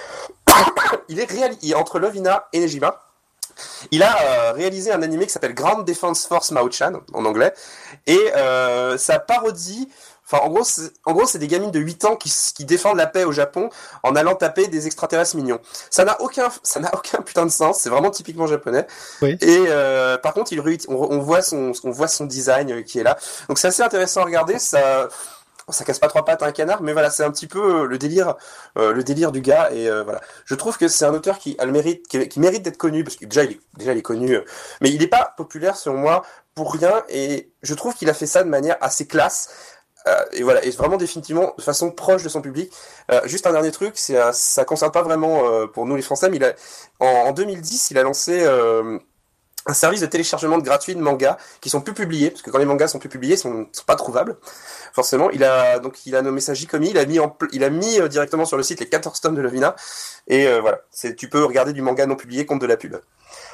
Il est réalisé entre Love Hina et Nejima. Il a euh, réalisé un animé qui s'appelle Grand Defense Force Mao-chan en anglais et euh, ça parodie. Enfin, en gros, c'est, en gros, c'est des gamines de huit ans qui, qui défendent la paix au Japon en allant taper des extraterrestres mignons. Ça n'a aucun, ça n'a aucun putain de sens. C'est vraiment typiquement japonais. Oui. Et euh, par contre, il réutilise, on, on voit son, on voit son design qui est là. Donc c'est assez intéressant à regarder. Ça, ça casse pas trois pattes à un canard, mais voilà, c'est un petit peu le délire, euh, le délire du gars. Et euh, voilà, je trouve que c'est un auteur qui a le mérite, qui, qui mérite d'être connu parce que déjà, il est, déjà, il est connu, mais il est pas populaire selon moi pour rien. Et je trouve qu'il a fait ça de manière assez classe. Euh, et voilà, et vraiment définitivement de façon proche de son public. Euh, juste un dernier truc, c'est euh, ça concerne pas vraiment euh, pour nous les Français, mais il a, en, en deux mille dix, il a lancé euh, un service de téléchargement de gratuit de mangas qui sont plus publiés, parce que quand les mangas sont plus publiés, ils sont, sont pas trouvables. Forcément, il a donc il a nommé ça J-Comi, il a mis en, il a mis euh, directement sur le site les quatorze tomes de Love Hina, et euh, voilà, c'est tu peux regarder du manga non publié contre de la pub.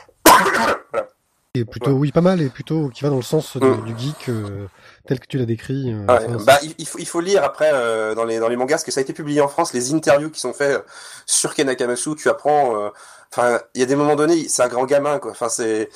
Voilà. Et plutôt, ouais. Oui, pas mal, et plutôt qui va dans le sens de, mmh. du geek euh, tel que tu l'as décrit. Euh, ouais, bah, il, il, faut, il faut lire après euh, dans les dans les mangas, parce que ça a été publié en France, les interviews qui sont faits euh, sur Kei Nakamatsu, tu apprends. Enfin, euh, il y a des moments donnés, c'est un grand gamin, quoi. Enfin, c'est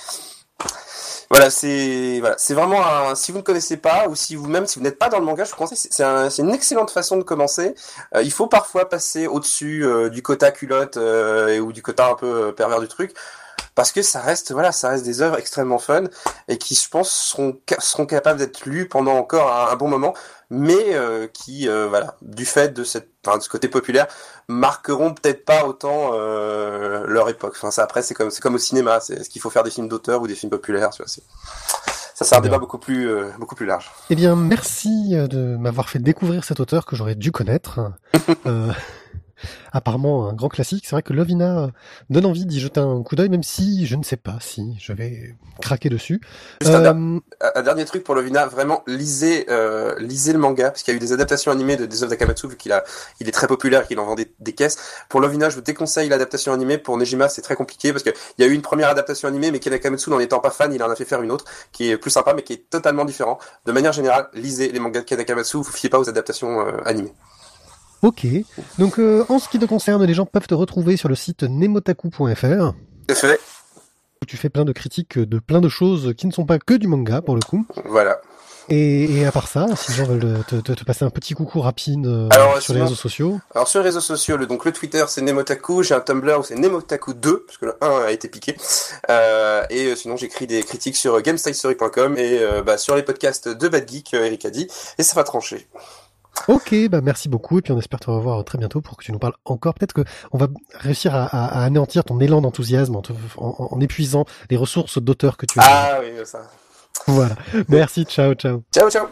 voilà, c'est voilà, c'est vraiment un. Si vous ne connaissez pas, ou si vous même si vous n'êtes pas dans le manga, je vous conseille, c'est, c'est, un, c'est une excellente façon de commencer. Euh, il faut parfois passer au-dessus euh, du quota culotte euh, ou du quota un peu pervers du truc. Parce que ça reste, voilà, ça reste des œuvres extrêmement fun et qui, je pense, seront seront capables d'être lues pendant encore un, un bon moment, mais euh, qui, euh, voilà, du fait de cette, enfin, de ce côté populaire, marqueront peut-être pas autant euh, leur époque. Enfin, ça après, c'est comme c'est comme au cinéma. C'est, est-ce qu'il faut faire des films d'auteur ou des films populaires, tu vois, c'est, ça, c'est un débat beaucoup plus euh, beaucoup plus large. Eh bien, merci de m'avoir fait découvrir cet auteur que j'aurais dû connaître. euh... apparemment un grand classique. C'est vrai que Lovina donne envie d'y jeter un coup d'œil, même si je ne sais pas si je vais craquer dessus. Juste un, Euh, un dernier truc pour Lovina, vraiment lisez, euh, lisez le manga, parce qu'il y a eu des adaptations animées de des œuvres d'Akamatsu, vu qu'il a, il est très populaire et qu'il en vend des, des caisses. Pour Lovina, je vous déconseille l'adaptation animée. Pour Nejima, c'est très compliqué, parce que il y a eu une première adaptation animée, mais Ken Akamatsu, n'en étant pas fan, il en a fait faire une autre, qui est plus sympa, mais qui est totalement différent. De manière générale, lisez les mangas de Ken Akamatsu, vous fiez pas aux adaptations euh, animées. ok. Donc, euh, en ce qui te concerne, les gens peuvent te retrouver sur le site nemotaku point f r. C'est fait. Où tu fais plein de critiques de plein de choses qui ne sont pas que du manga, pour le coup. Voilà. Et, et à part ça, si les gens veulent te, te, te passer un petit coucou rapide euh, Alors, sur sinon- les réseaux sociaux. Alors sur les réseaux sociaux, le, donc le Twitter c'est Nemotaku, j'ai un Tumblr où c'est Nemotaku deux, parce que le un a été piqué. Euh, et euh, sinon j'écris des critiques sur gamestylestory point com et euh, bah, sur les podcasts de Bad Geek, euh, Eric a dit, et ça va trancher. Ok, bah merci beaucoup, et puis on espère te revoir très bientôt pour que tu nous parles encore. Peut-être que on va réussir à, à, à anéantir ton élan d'enthousiasme en, te- en, en épuisant les ressources d'auteurs que tu as. Ah oui, ça. Voilà. Merci, ciao, ciao. Ciao, ciao.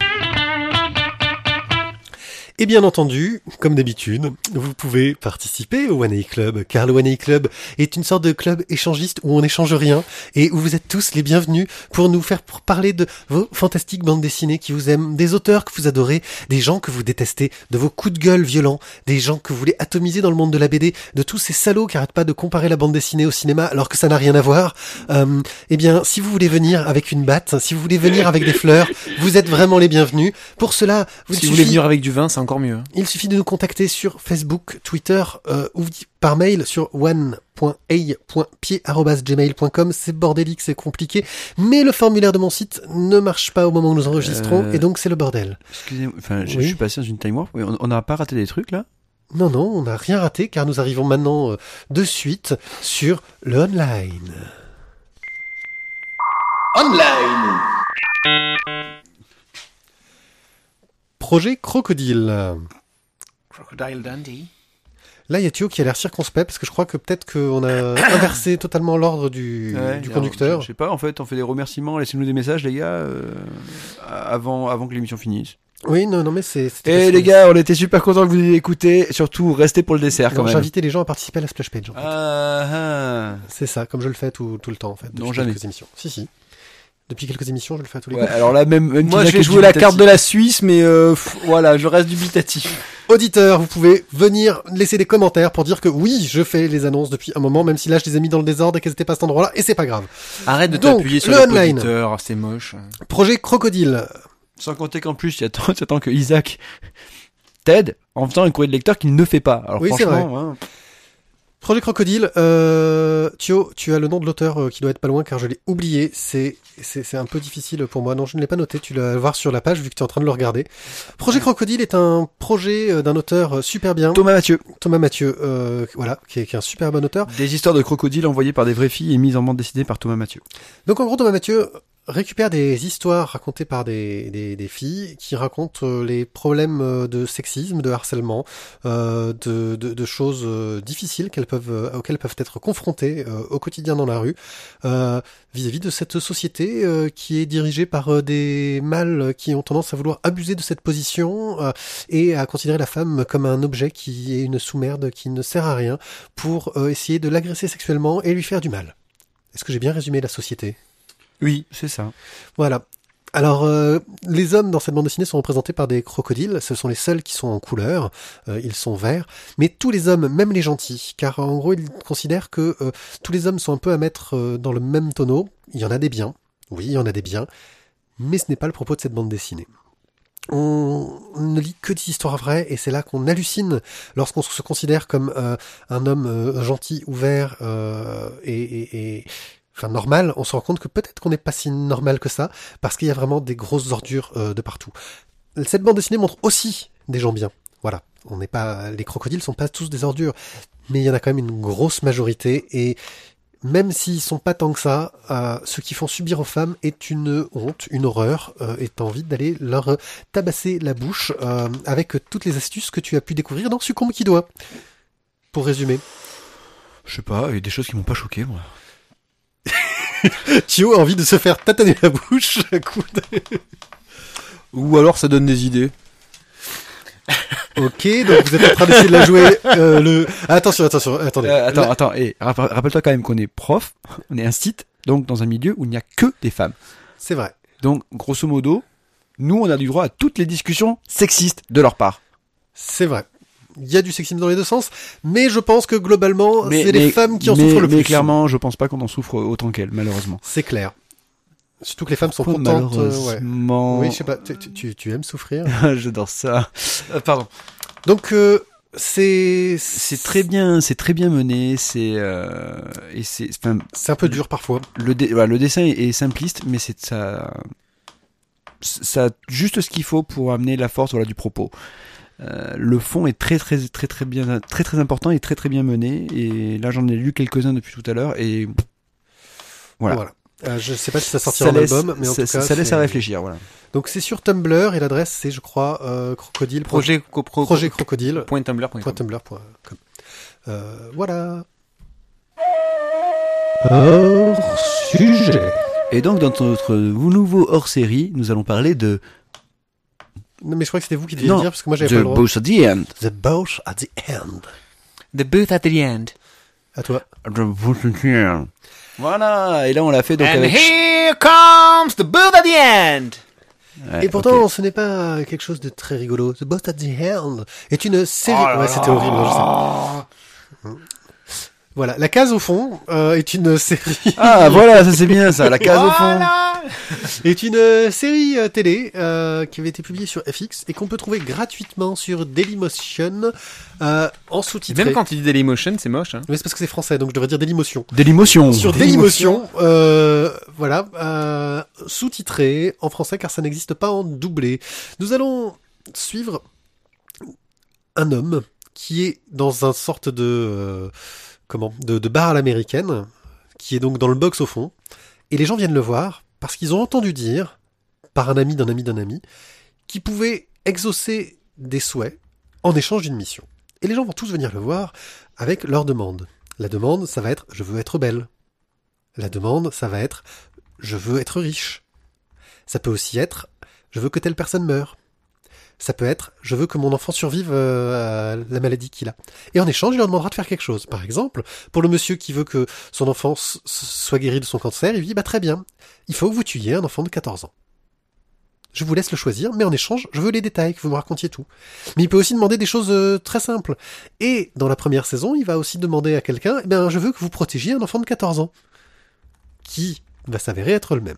Et bien entendu, comme d'habitude, vous pouvez participer au One A Club, car le One A Club est une sorte de club échangiste où on n'échange rien et où vous êtes tous les bienvenus pour nous faire pour parler de vos fantastiques bandes dessinées qui vous aiment, des auteurs que vous adorez, des gens que vous détestez, de vos coups de gueule violents, des gens que vous voulez atomiser dans le monde de la B D, de tous ces salauds qui arrêtent pas de comparer la bande dessinée au cinéma alors que ça n'a rien à voir. Euh, eh bien, si vous voulez venir avec une batte, si vous voulez venir avec des fleurs, vous êtes vraiment les bienvenus. Pour cela, vous Si il vous voulez suffit- venir avec du vin, c'est encore mieux. hein. il suffit de nous contacter sur Facebook, Twitter euh, ou par mail sur one point a point pied arobase gmail point com. C'est bordélique, c'est compliqué, mais le formulaire de mon site ne marche pas au moment où nous enregistrons Euh, et donc c'est le bordel. Excusez-moi, enfin, je, Oui. je suis passé dans une time warp. Oui, on on n'a pas raté des trucs là? Non, non, on n'a rien raté car nous arrivons maintenant euh, de suite sur le online. Online. Projet Crocodile. Crocodile Dundee. Là, il y a Thio qui a l'air circonspect parce que je crois que peut-être qu'on a inversé totalement l'ordre du, Ouais, du alors, conducteur. Je, je sais pas, en fait, on fait des remerciements, laissez-nous des messages, les gars, euh, avant, avant que l'émission finisse. Oui, non, non, mais c'est... c'était Et parce Eh, les que- gars, on était super contents que vous ayez écouté. Surtout, restez pour le dessert Non, quand même. j'invitais les gens à participer à la splash page. En fait. Ah, ah. C'est ça, comme je le fais tout, tout le temps en fait. Non, depuis jamais. quelques émissions. Si, si. Depuis quelques émissions, je le fais à tous les Ouais, coups. alors là, même. même Moi, Tina je vais qui est jouer la dubitatif. carte de la Suisse, mais euh, pff, voilà, je reste dubitatif. Auditeurs, vous pouvez venir laisser des commentaires pour dire que oui, je fais les annonces depuis un moment, même si là je les ai mis dans le désordre et qu'elles étaient pas à cet endroit-là, et c'est pas grave. Arrête de Donc, t'appuyer sur le le online. poditeur, c'est moche. Projet Crocodile. Sans compter qu'en plus, tu attends, tu attends que Isaac t'aide en faisant un courrier de lecteur qu'il ne fait pas. Alors Oui, c'est franchement, hein, Projet Crocodile, euh, Thio, tu as le nom de l'auteur euh, qui doit être pas loin car je l'ai oublié. C'est, c'est, c'est un peu difficile pour moi. Non, je ne l'ai pas noté. Tu l'as voir sur la page vu que tu es en train de le regarder. Projet Crocodile est un projet euh, d'un auteur euh, super bien. Thomas Mathieu. Thomas Mathieu, euh, voilà, qui est, qui est un super bon auteur. Des histoires de crocodiles envoyées par des vraies filles et mises en bande dessinée par Thomas Mathieu. Donc en gros, Thomas Mathieu récupère des histoires racontées par des, des, des filles qui racontent euh, les problèmes euh, de sexisme, de harcèlement, euh, de, de, de choses euh, difficiles qu'elles peuvent, euh, auxquelles elles peuvent être confrontées euh, au quotidien dans la rue, euh, vis-à-vis de cette société euh, qui est dirigée par euh, des mâles qui ont tendance à vouloir abuser de cette position euh, et à considérer la femme comme un objet qui est une sous-merde, qui ne sert à rien, pour euh, essayer de l'agresser sexuellement et lui faire du mal. Est-ce que j'ai bien résumé la société ? Oui, c'est ça. Voilà. Alors, euh, les hommes dans cette bande dessinée sont représentés par des crocodiles. Ce sont les seuls qui sont en couleur. Euh, ils sont verts. Mais tous les hommes, même les gentils, car en gros, ils considèrent que euh, tous les hommes sont un peu à mettre euh, dans le même tonneau. Il y en a des biens. Oui, il y en a des biens. Mais ce n'est pas le propos de cette bande dessinée. On ne lit que des histoires vraies et c'est là qu'on hallucine lorsqu'on se considère comme euh, un homme euh, gentil, ouvert euh, et... et, et enfin normal, on se rend compte que peut-être qu'on n'est pas si normal que ça, parce qu'il y a vraiment des grosses ordures euh, de partout. Cette bande dessinée montre aussi des gens bien. Voilà, on n'est pas, les crocodiles sont pas tous des ordures, mais il y en a quand même une grosse majorité, et même s'ils sont pas tant que ça, euh, ce qu'ils font subir aux femmes est une honte, une horreur, euh, et t'as envie d'aller leur tabasser la bouche euh, avec toutes les astuces que tu as pu découvrir dans Succombe qui doit. Pour résumer. Je sais pas, il y a des choses qui m'ont pas choqué, moi. Thio a envie de se faire tataner la bouche à coups de... Ou alors ça donne des idées. Ok, donc vous êtes en train d'essayer de la jouer. Euh, le... ah, attention, attention, attendez. Euh, attends, La- attends, et rappel- rappelle-toi quand même qu'on est prof, on est un site, donc dans un milieu où il n'y a que des femmes. C'est vrai. Donc, grosso modo, nous, on a du droit à toutes les discussions sexistes de leur part. C'est vrai. Il y a du sexisme dans les deux sens, mais je pense que globalement, c'est les mais- femmes qui en mais- souffrent le mais plus. clairement, je pense pas qu'on en souffre autant qu'elles, malheureusement. C'est clair. Surtout que les femmes sont Pourquoi contentes. euh, ouais. malheureusement Oui, je sais pas. Tu, tu- tu, tu aimes souffrir. J'adore ça. Euh, pardon. Donc euh, c'est C'est très bien, c'est très bien mené, c'est euh, et c'est enfin c'est un peu dur parfois. le dé- voilà, le dessin est, est simpliste, mais c'est ça ça a juste ce qu'il faut pour amener la force voilà du propos. Euh, le fond est très très très très bien très très important et très très bien mené et là j'en ai lu quelques-uns depuis tout à l'heure et voilà. Voilà. Euh, je sais pas si ça sortira en laisse, album, mais en ça, tout cas, ça laisse c'est- à réfléchir, voilà. Donc c'est sur Tumblr et l'adresse c'est, je crois, euh, crocodile. Projet, copro, projet crocodile. point tumblr point com. point tumblr point com. Euh, voilà. Hors sujet. Et donc dans notre nouveau hors-série, nous allons parler de Non, mais je crois que c'était vous qui deviez non, le dire parce que moi j'avais The pas le droit. Boss at the End. The Boss at the End. The booth at the end. À toi. The Boss at the End. Voilà, et là on l'a fait donc And avec here comes the booth at the end. Ouais, Et pourtant, ok. ce n'est pas quelque chose de très rigolo. The Boss at the End est une série. Oh là ouais, là. c'était horrible. non, je sais. Voilà, La Case au fond euh, est une série. Ah voilà, ça c'est bien ça, la case au fond. Voilà. est une euh, série euh, télé euh, qui avait été publiée sur F X et qu'on peut trouver gratuitement sur Dailymotion euh, en sous-titré. Même quand il dit Dailymotion, c'est moche. Hein. Mais c'est parce que c'est français, donc je devrais dire Dailymotion. De l'émotion. Sur Dailymotion, euh, voilà, euh, sous-titré en français car ça n'existe pas en doublé. Nous allons suivre un homme qui est dans un sorte de euh, comment de, de bar à l'américaine, qui est donc dans le box au fond, et les gens viennent le voir parce qu'ils ont entendu dire par un ami d'un ami d'un ami qu'il pouvait exaucer des souhaits en échange d'une mission. Et les gens vont tous venir le voir avec leur demande. La demande, ça va être « je veux être belle ». La demande, ça va être « je veux être riche ». Ça peut aussi être « je veux que telle personne meure ». Ça peut être « je veux que mon enfant survive euh, à la maladie qu'il a ». Et en échange, il leur demandera de faire quelque chose. Par exemple, pour le monsieur qui veut que son enfant s- soit guéri de son cancer, il lui dit « bah très bien, il faut que vous tuiez un enfant de quatorze ans. Je vous laisse le choisir, mais en échange, je veux les détails, que vous me racontiez tout. » Mais il peut aussi demander des choses euh, très simples. Et dans la première saison, il va aussi demander à quelqu'un « eh bien, je veux que vous protégiez un enfant de quatorze ans. » Qui va s'avérer être le même.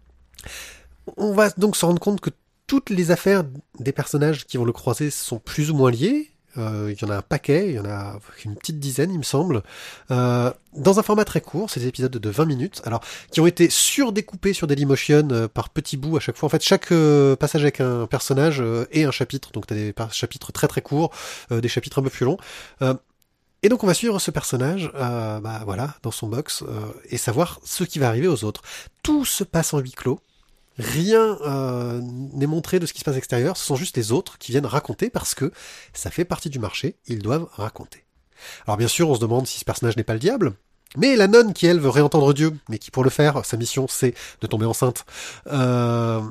On va donc se rendre compte que toutes les affaires des personnages qui vont le croiser sont plus ou moins liées. Euh, il y en a un paquet, il y en a une petite dizaine, il me semble. Euh, dans un format très court, c'est des épisodes de vingt minutes, alors qui ont été surdécoupés sur Dailymotion euh, par petits bouts à chaque fois. En fait, chaque euh, passage avec un personnage euh, est un chapitre, donc tu as des par- chapitres très très courts, euh, des chapitres un peu plus longs. Euh, et donc on va suivre ce personnage, euh, bah voilà, dans son box, euh, et savoir ce qui va arriver aux autres. Tout se passe en huis clos. Rien euh, n'est montré de ce qui se passe à l'extérieur, ce sont juste les autres qui viennent raconter parce que ça fait partie du marché, ils doivent raconter. Alors bien sûr, on se demande si ce personnage n'est pas le diable, mais la nonne qui, elle, veut réentendre Dieu, mais qui pour le faire, sa mission c'est de tomber enceinte. Euh...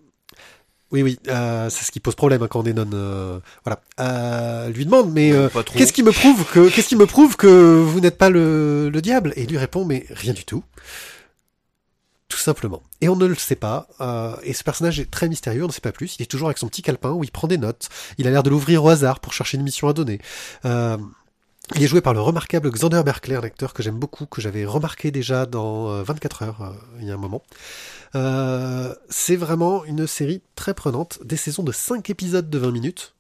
Oui, oui, euh, c'est ce qui pose problème hein, quand on est nonne. Euh... Voilà, euh, lui demande, mais euh, Pas trop. qu'est-ce qui me prouve que qu'est-ce qui me prouve que vous n'êtes pas le, le diable? Et il lui répond, mais rien du tout. Tout simplement. Et on ne le sait pas. Euh, et ce personnage est très mystérieux, on ne sait pas plus. Il est toujours avec son petit calepin où il prend des notes. Il a l'air de l'ouvrir au hasard pour chercher une mission à donner. Euh, il est joué par le remarquable Xander Berkeley, un acteur que j'aime beaucoup, que j'avais remarqué déjà dans euh, vingt-quatre heures, euh, il y a un moment. Euh, c'est vraiment une série très prenante. Des saisons de cinq épisodes de vingt minutes.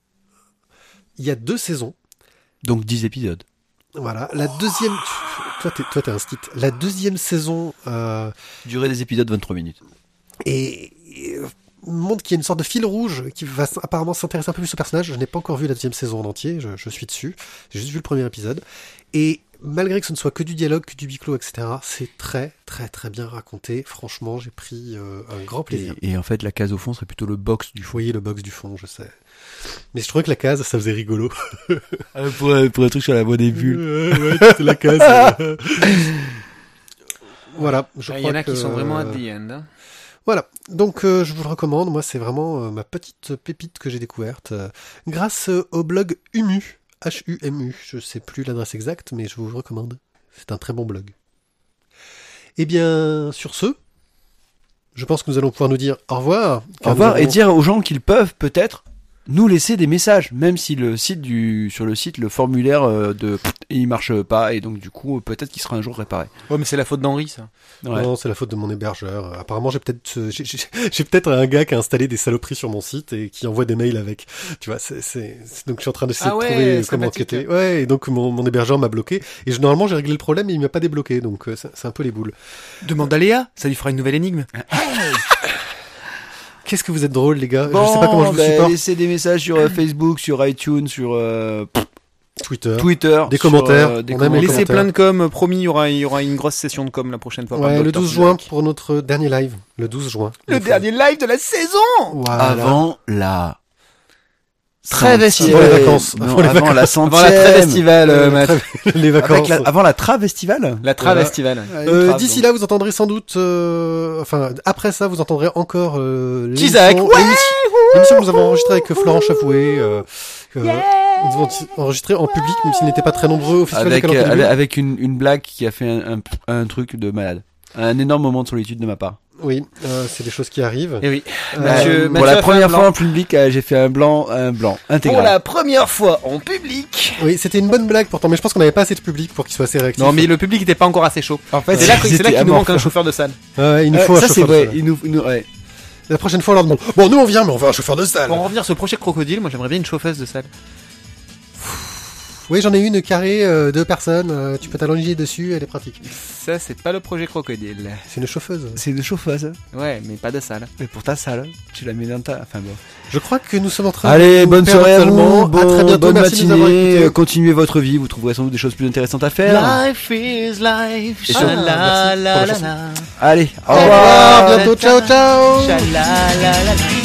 Il y a deux saisons. Donc dix épisodes. Voilà. La deuxième... Toi, t'es, toi, t'es un stit. La deuxième saison... Euh, Durée des épisodes vingt-trois minutes. Et, et euh, montre qu'il y a une sorte de fil rouge qui va s- apparemment s'intéresser un peu plus au personnage. Je n'ai pas encore vu la deuxième saison en entier, je, je suis dessus. J'ai juste vu le premier épisode. Et malgré que ce ne soit que du dialogue, que du huis clos, et cetera, c'est très très très bien raconté. Franchement, j'ai pris euh, un grand plaisir. Et, et en fait, la case au fond serait plutôt le box du Vous fond. voyez le box du fond, je sais. Mais je trouvais que la case, ça faisait rigolo. pour, un- pour un truc sur la voie des bulles. ouais, c'est la case. euh. Voilà, je Il crois y en a que, qui sont vraiment at euh, the end. Hein. Voilà, donc euh, je vous le recommande, moi c'est vraiment euh, ma petite pépite que j'ai découverte euh, grâce euh, au blog Humu, H U M U, je sais plus l'adresse exacte mais je vous le recommande, c'est un très bon blog. Et bien sur ce, je pense que nous allons pouvoir nous dire au revoir. Au revoir avons... et dire aux gens qu'ils peuvent peut-être nous laisser des messages, même si le site du sur le site le formulaire euh, de il marche pas et donc du coup peut-être qu'il sera un jour réparé. Ouais, mais c'est la faute d'Henri, ça. Ouais. Non, c'est la faute de mon hébergeur. Apparemment, j'ai peut-être, euh, j'ai, j'ai, j'ai peut-être un gars qui a installé des saloperies sur mon site et qui envoie des mails avec. Tu vois, c'est, c'est, c'est... donc je suis en train d'essayer Ah ouais, de trouver comment sympathique. enquêter. Ouais, et donc mon, mon hébergeur m'a bloqué. Et je, normalement, j'ai réglé le problème et il m'a pas débloqué. Donc euh, c'est, c'est un peu les boules. Demande à Léa, ça lui fera une nouvelle énigme. Qu'est-ce que vous êtes drôles, les gars. Bon, je sais pas comment je vous bah, supporte. laissez des messages sur euh, Facebook, sur iTunes, sur euh, Twitter. Twitter, Des sur, commentaires. euh, des On aime les commentaires. Laissez commentaires. plein de com, promis, il y aura, il y aura une grosse session de com la prochaine fois. par Ouais, le Docteur douze juin Suzak. pour notre dernier live. Le douze juin. Le Une dernier live de la saison. fois. Voilà. Avant la Trêve centième. estivale. Avant les vacances. Non, Avant les avant la vacances. centième. Avant la trêve estivale, euh, Euh, Matt. les vacances. Avec la- avant la trave estivale. La trave Voilà. estivale. Euh, d'ici là, vous entendrez sans doute, euh, enfin, après ça, vous entendrez encore euh, l'émission, Isaac, ouais, l'émission, l'émission que nous avons enregistrée avec Florent Chafoué. Euh, euh, nous avons enregistré en public, même s'ils n'étaient pas très nombreux au Festival Avec, des euh, Calendriers. avec, avec une, une blague qui a fait un, un, un truc de malade. Un énorme moment de solitude de ma part. Oui, euh, c'est des choses qui arrivent. Eh oui. Euh, Mathieu- pour Mathieu la a fait un première blanc. fois en public, euh, j'ai fait un blanc, un blanc intégral. Pour la première fois en public. Oui, c'était une bonne blague pourtant, mais je pense qu'on n'avait pas assez de public pour qu'il soit assez réactif. Non, mais le public était pas encore assez chaud. En fait, C'est là, que- c'est là c'était qu'il nous amorphe. manque un chauffeur de salle. Ouais, il nous Ouais, faut un ça c'est chauffeur de vrai. salle. Il nous, il nous- ouais. La prochaine fois, on leur demande. Bon, nous on vient, mais on veut un chauffeur de salle. Pour en revenir sur le projet Crocodile, moi j'aimerais bien une chauffeuse de salle. Oui, j'en ai une carrée, euh, deux personnes. euh, tu peux t'allonger dessus, elle est pratique. Ça, c'est pas le projet Crocodile. C'est une chauffeuse. C'est une chauffeuse. Ouais, mais pas de salle. Mais pour ta salle, tu la mets dans ta. Enfin bon. Je crois que nous sommes en train Allez, de nous bonne perdre soirée à totalement. vous. Bon, À très bientôt. bonne Merci de nous avoir matinée. écoutés. euh, Continuez votre vie. Vous trouverez sans doute des choses plus intéressantes à faire. Life is life. Et sur- Ah, merci pour la chanson. Allez, au Au revoir. revoir, bientôt. Ciao, ciao. Sha-la-la-la-la.